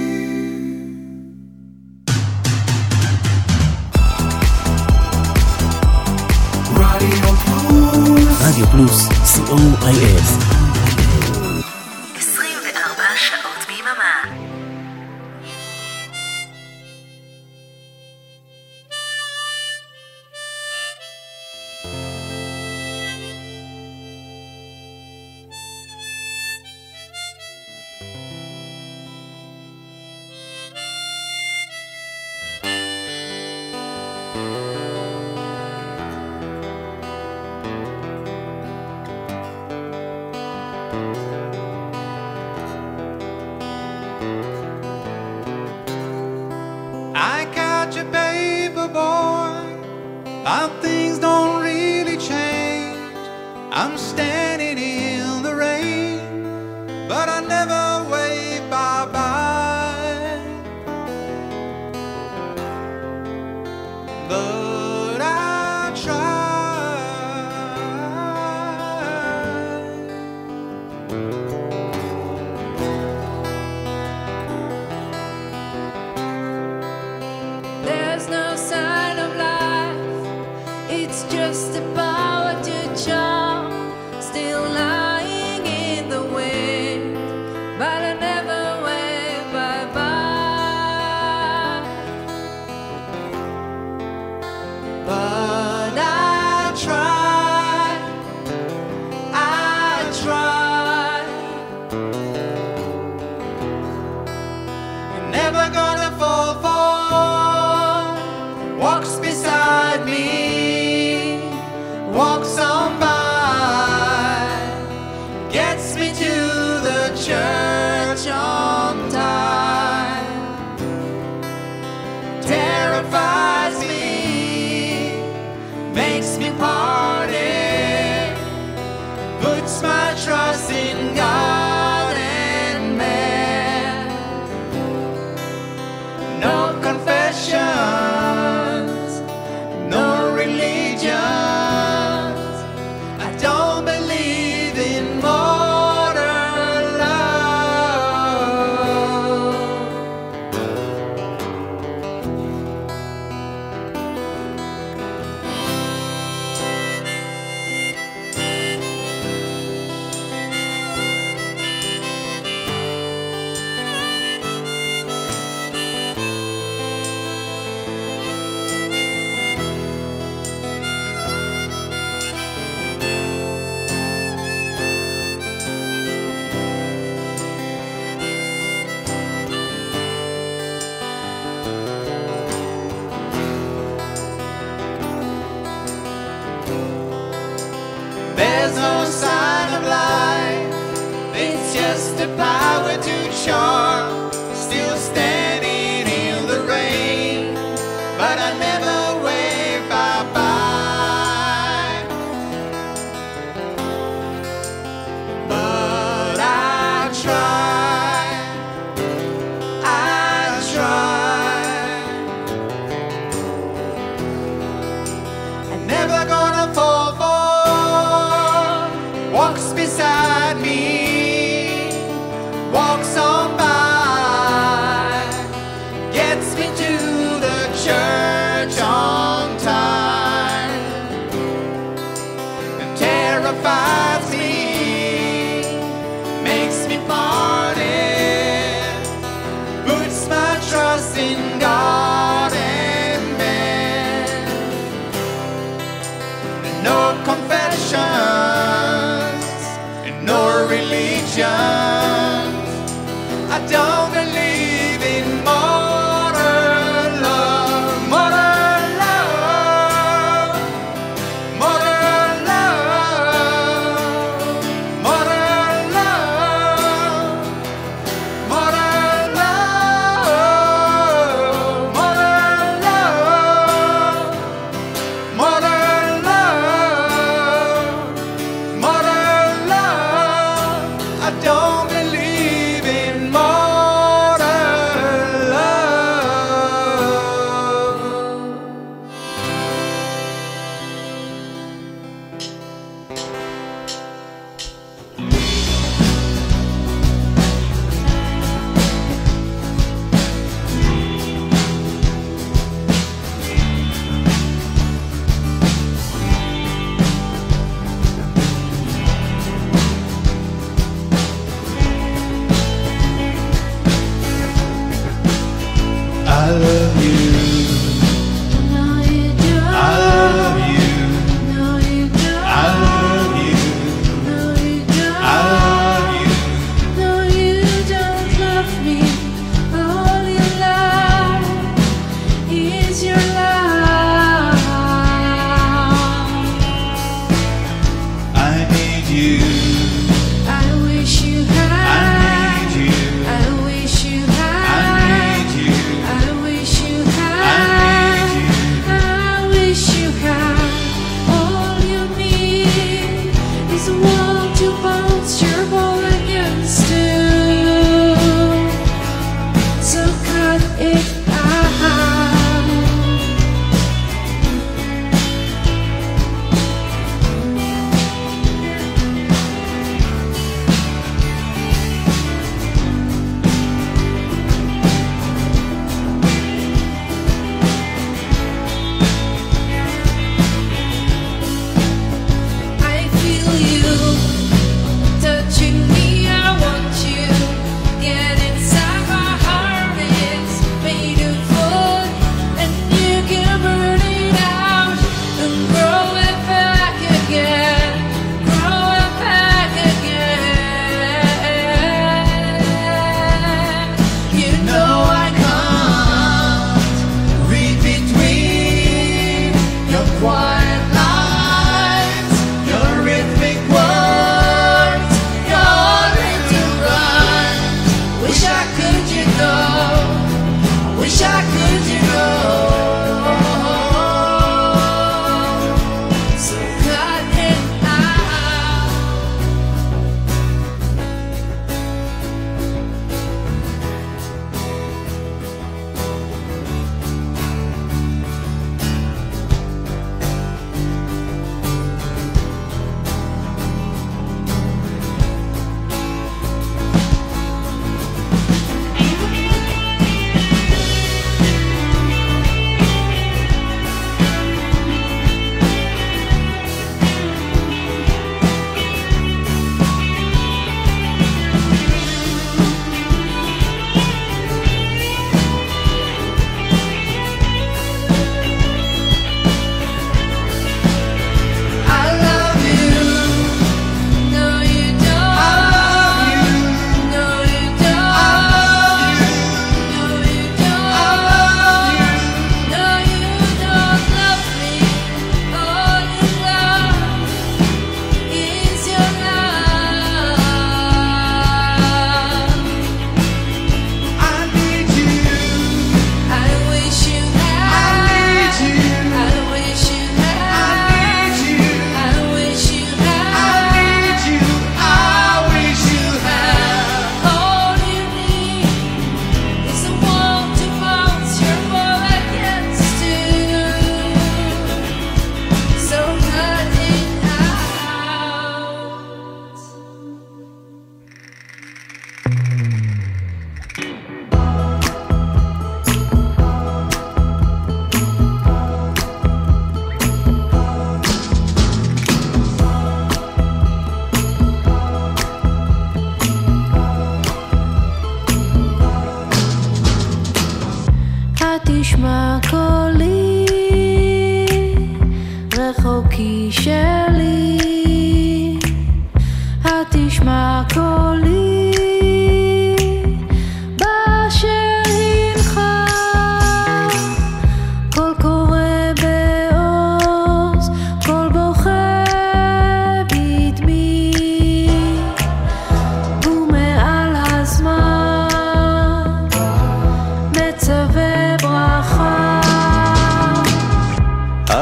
רדיו פלוס, COIF. 24 שעות ביממה. I catch a paper boy, but things don't really change. I'm standing in the rain, but I never wave bye-bye. But I try. There's no sign of life, it's just a power to charm, still lying in the wind. the power to charm, still standing in the rain, but I never wave bye-bye. But I try, I'm never gonna fall for, walks beside me, walks on by, gets me to the church on time, and terrifies me, makes me pardon, puts my trust in God and man. No confessions, no religion. I don't believe in modern love, modern love, modern love, modern love, modern love, modern love, modern love, modern love. I don't believe in modern love.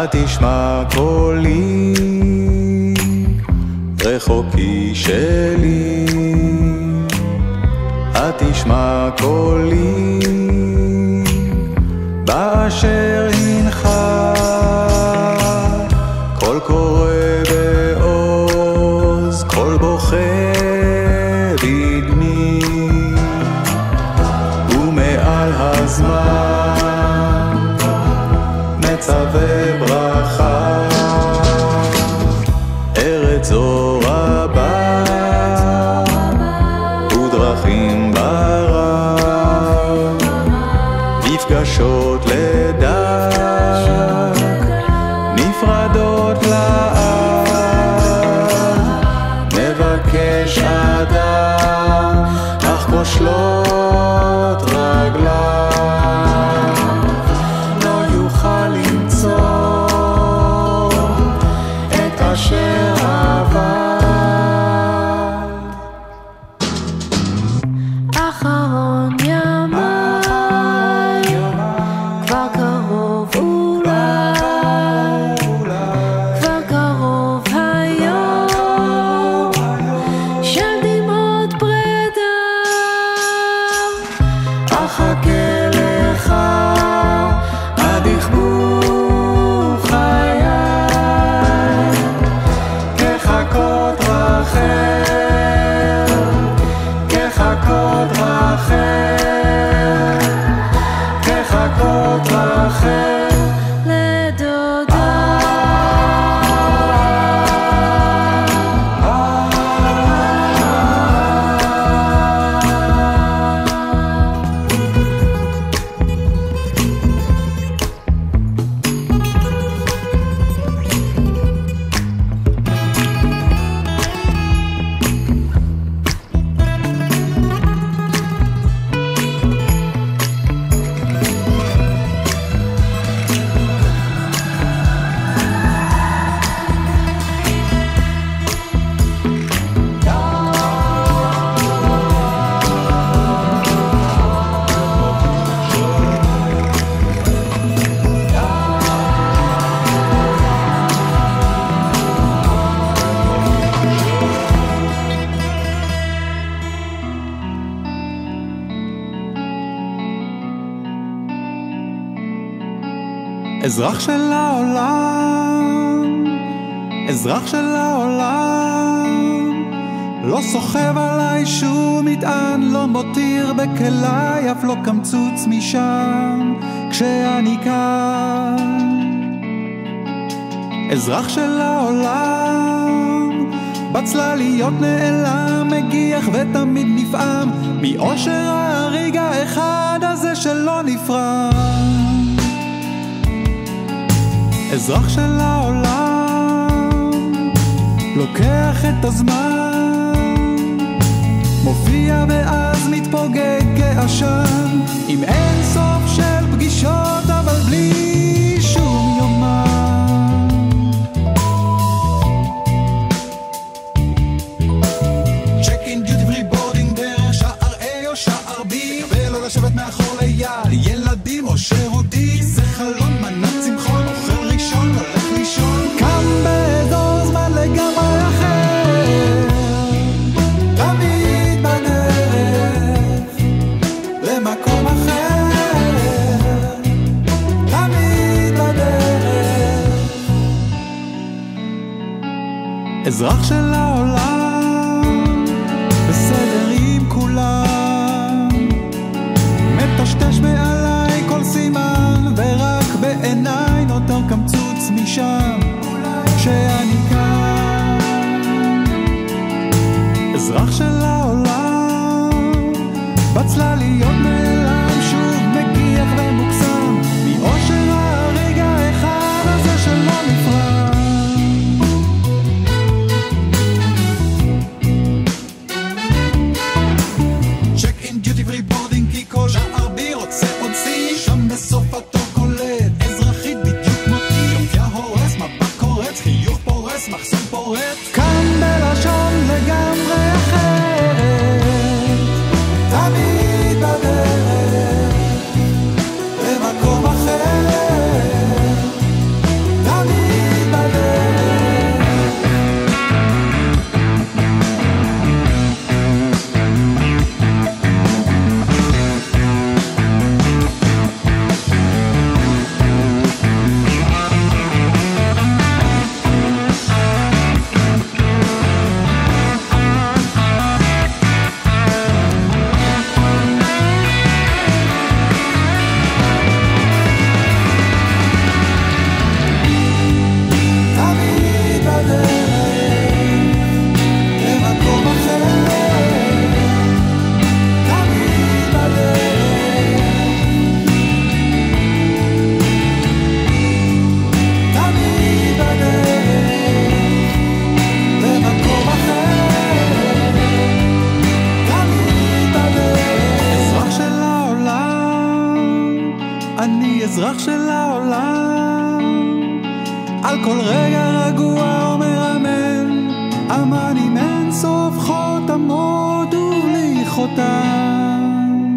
תשמע קולי, רחוקי שלי, תשמע קולי, באשר הנך, קול קורא בעוז, קול בוכה בדמי, ומעל הזמן מצווה ברכה, ארץ זו רבה ודרכים ברב, נפגשות לדעת, נפרדות לעד, נבקש אדם אך כושלות רגליו, לא יוכל למצוא את אשר עבר. אחרון ימיי, כבר קרוב אולי, כבר קרוב היום של דמעות פרידה, אחכה לך עד יכבו חיי, כחכות רחל, כחכות רחל, כחכות רחל לדודה. אזרח של העולם, אזרח של העולם, לא סוחב עליי שום מטען, לא מותיר בכלי אף לא קמצוץ משם כשאני כאן. אזרח של העולם, בצלליות נעלם, מגיח ותמיד נפעם מאושר הרגע האחד הזה שלא נפרם. אזרח של העולם, לוקח את הזמן, מופיע ואז מתפוגג כעשן, עם אין סוף של פגישות אבל בלי שום יומן. צ'ק אין דיוטי פרי בורדינג דרך שער A או שער B, ולא לשבת מאחור ליד ילדים או שירותי, זה חלון מנת צמחון, אוכל ראשון הולך לישון, קם באזור זמן לגמרי אחר, תמיד בדרך למקום אחר, תמיד בדרך. אזרח של העולם, בסדר עם כולם, מטשטש מעליי כל סימן, ורק בעיניי נותר קמצוץ משם שאני כאן. אזרח של העולם, בצלליות נעלם, שוב מגיח ומוקסם מאושר הרגע האחד הזה שלא נפרם. צ'ק אין דיוטי פרי בורדינג, כי כל שער בי רוצה עוד סי, שם בסוף התור קולט אזרחית בדיוק מותי, יופיה הורס, מבט קורץ, חיוך פורס, מחסום פורט, כאן בלשון לגמרי אחרת, תמיד בדרך למקום אחר, אותם.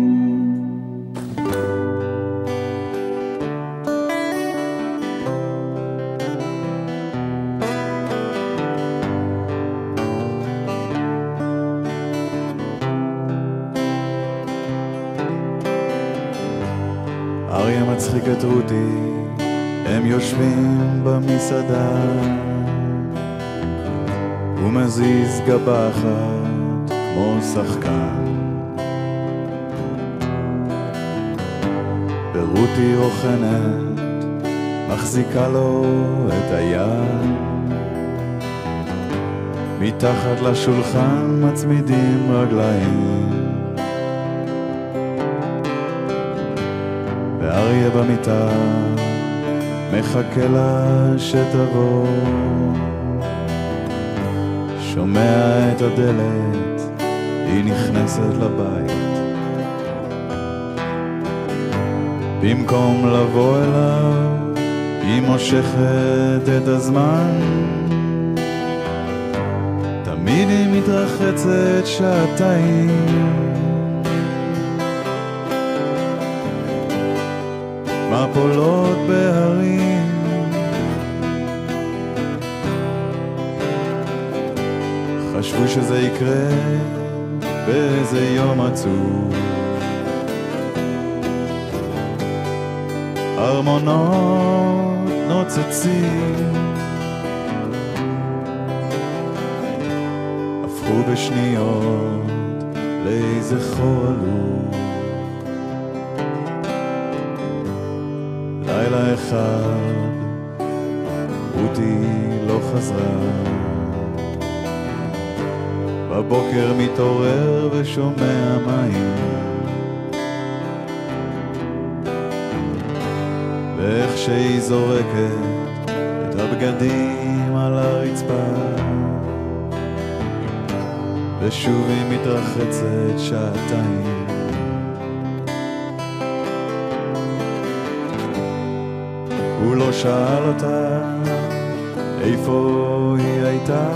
אריה מצחיק את רותי, הם יושבים במסעדה, הוא מזיז גבה אחת כמו שחקן, ורותי רוחנת מחזיקה לו את היד, מתחת לשולחן מצמידים רגליים, ואריה במיטה מחכה לה שתבוא, שומע את הדלת, היא נכנסת לבית, במקום לבוא אליו היא מושכת את הזמן, תמיד היא מתרחצת שעתיים, מפולות בהרים, חשבו שזה יקרה באיזה יום עצוב, ארמונות נוצצים הפכו בשניות לאיזה חור עלוב, לילה אחד רותי לא חזרה, בבוקר מתעורר ושומע מים, ואיך שהיא זורקת את הבגדים על הרצפה, ושוב היא מתרחצת שעתיים, הוא לא שאל אותה איפה היא הייתה,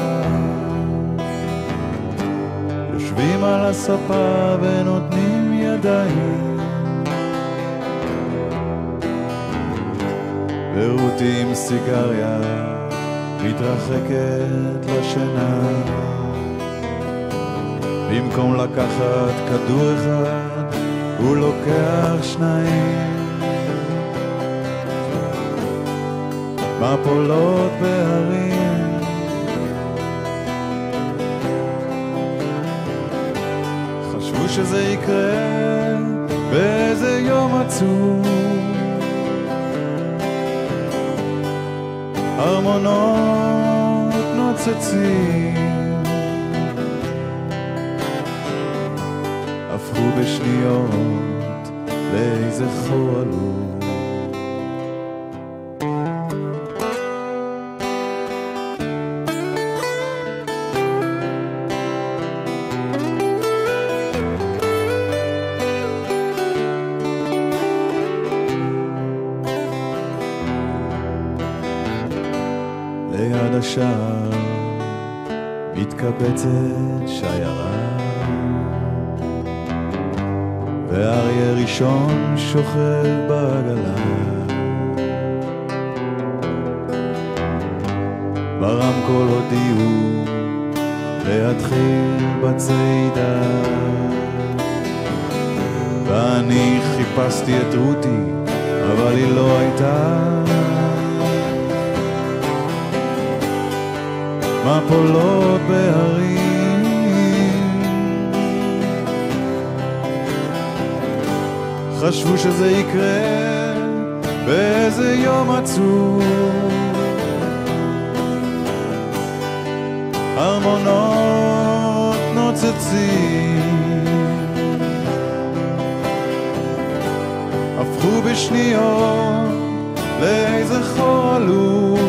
יושבים על הספה ונותנים ידיים, ורותי עם סיגריה מתרחקת לשינה, במקום לקחת כדור אחד הוא לוקח שניים, מפולות בהרים, חשבו שזה יקרה באיזה יום עצוב, ארמונות נוצצים הפכו בשניות לאיזה חור עלוב, ליד השער מתקבצת שיירה, ואריה ראשון שוכב בעגלה, ברמקול הודיעו להתחיל בצעידה, ואני חיפשתי את רותי אבל היא לא הייתה, מפולות בהרים, חשבו שזה יקרה באיזה יום עצוב, ארמונות נוצצים הפכו בשניות לאיזה חור עלוב,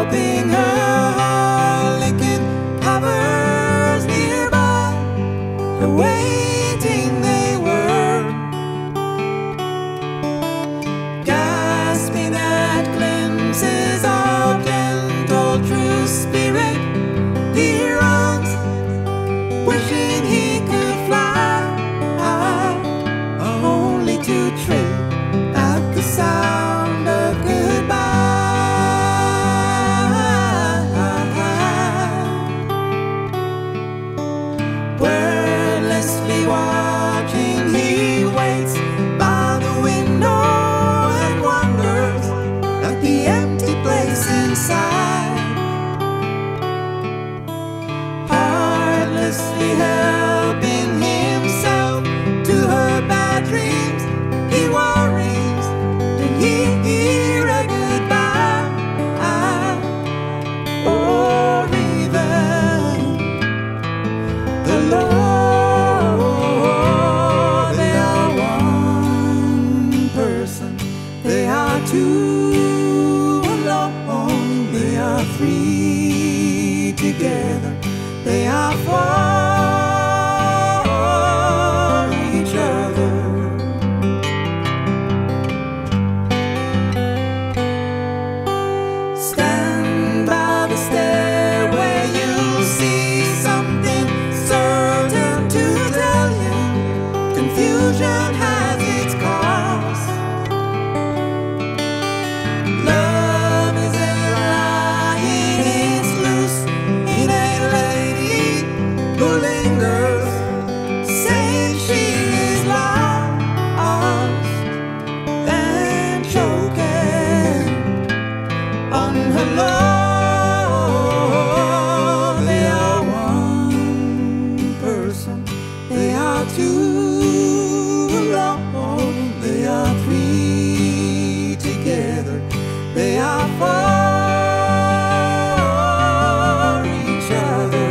helping her. Lincoln hovers nearby, the waiting they were, gasping at glimpses of gentle true spirit. He runs, wishing he could fly, only to trip at the sound of goodbye. Wordlessly watching, he waits by the window and wonders at the empty place inside. Heartlessly helping himself to her bad dreams, he worries, did he hear a goodbye? Or even the Lord, they are one person, they are two alone, they are three together, they are for each other. Stand by the stairway, you'll see something certain to tell you. Confusion has its cost. Love isn't lying, it's loose in a lady who lingers, saying she is lost and choking on her love. They are one person, they are two alone, they are three together, they are for each other.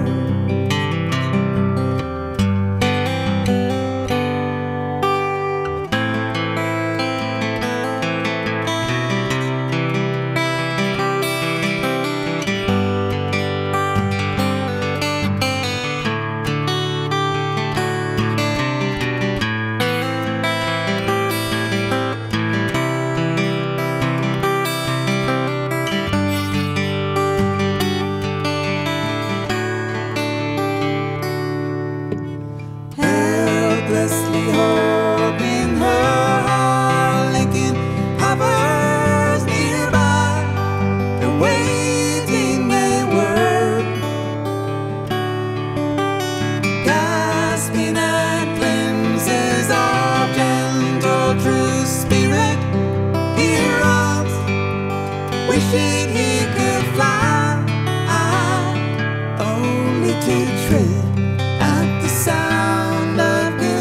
Helplessly holding her, Lincoln hovers nearby, the waiting they were, gasping at glimpses of gentle true spirit. He runs, wishing he could fly, only to trip at the sound of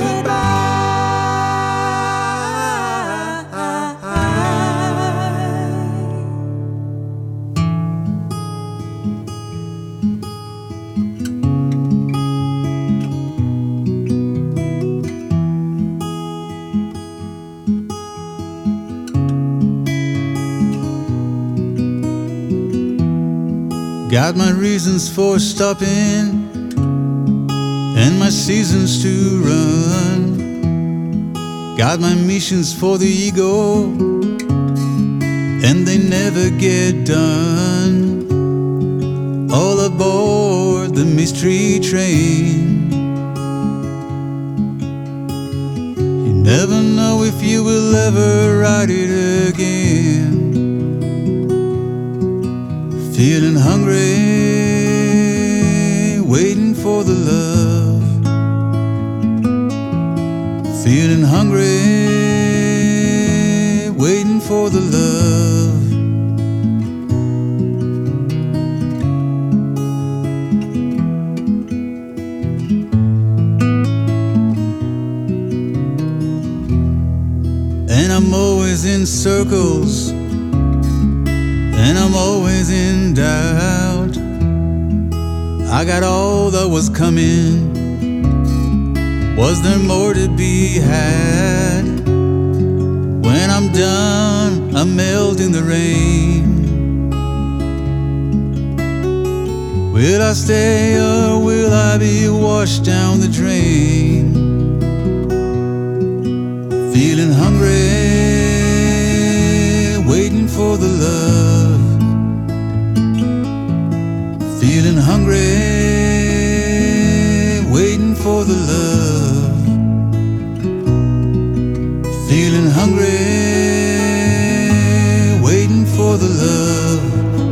Got my reasons for stopping and my seasons to run. Got my missions for the ego and they never get done. All aboard the mystery train. You never know if you will ever ride it again. Feeling hungry, waiting for the love. Feeling hungry, waiting for the love. And I'm always in circles, and I'm always in doubt. I got all that was coming. Was there more to be had? When I'm done, I melt in the rain. Will I stay or will I be washed down the drain? Feeling hungry, waiting for the love. Feeling hungry, waiting for the love. Feeling hungry, waiting for the love.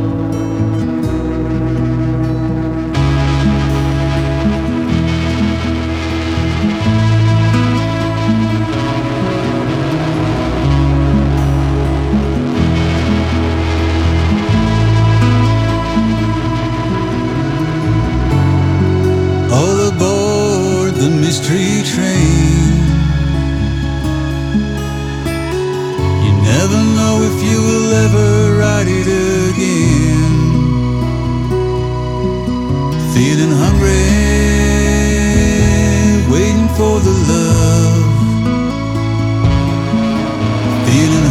All aboard the mystery train. You never know if you will ever ride it again. Feeling hungry, waiting for the love. Feeling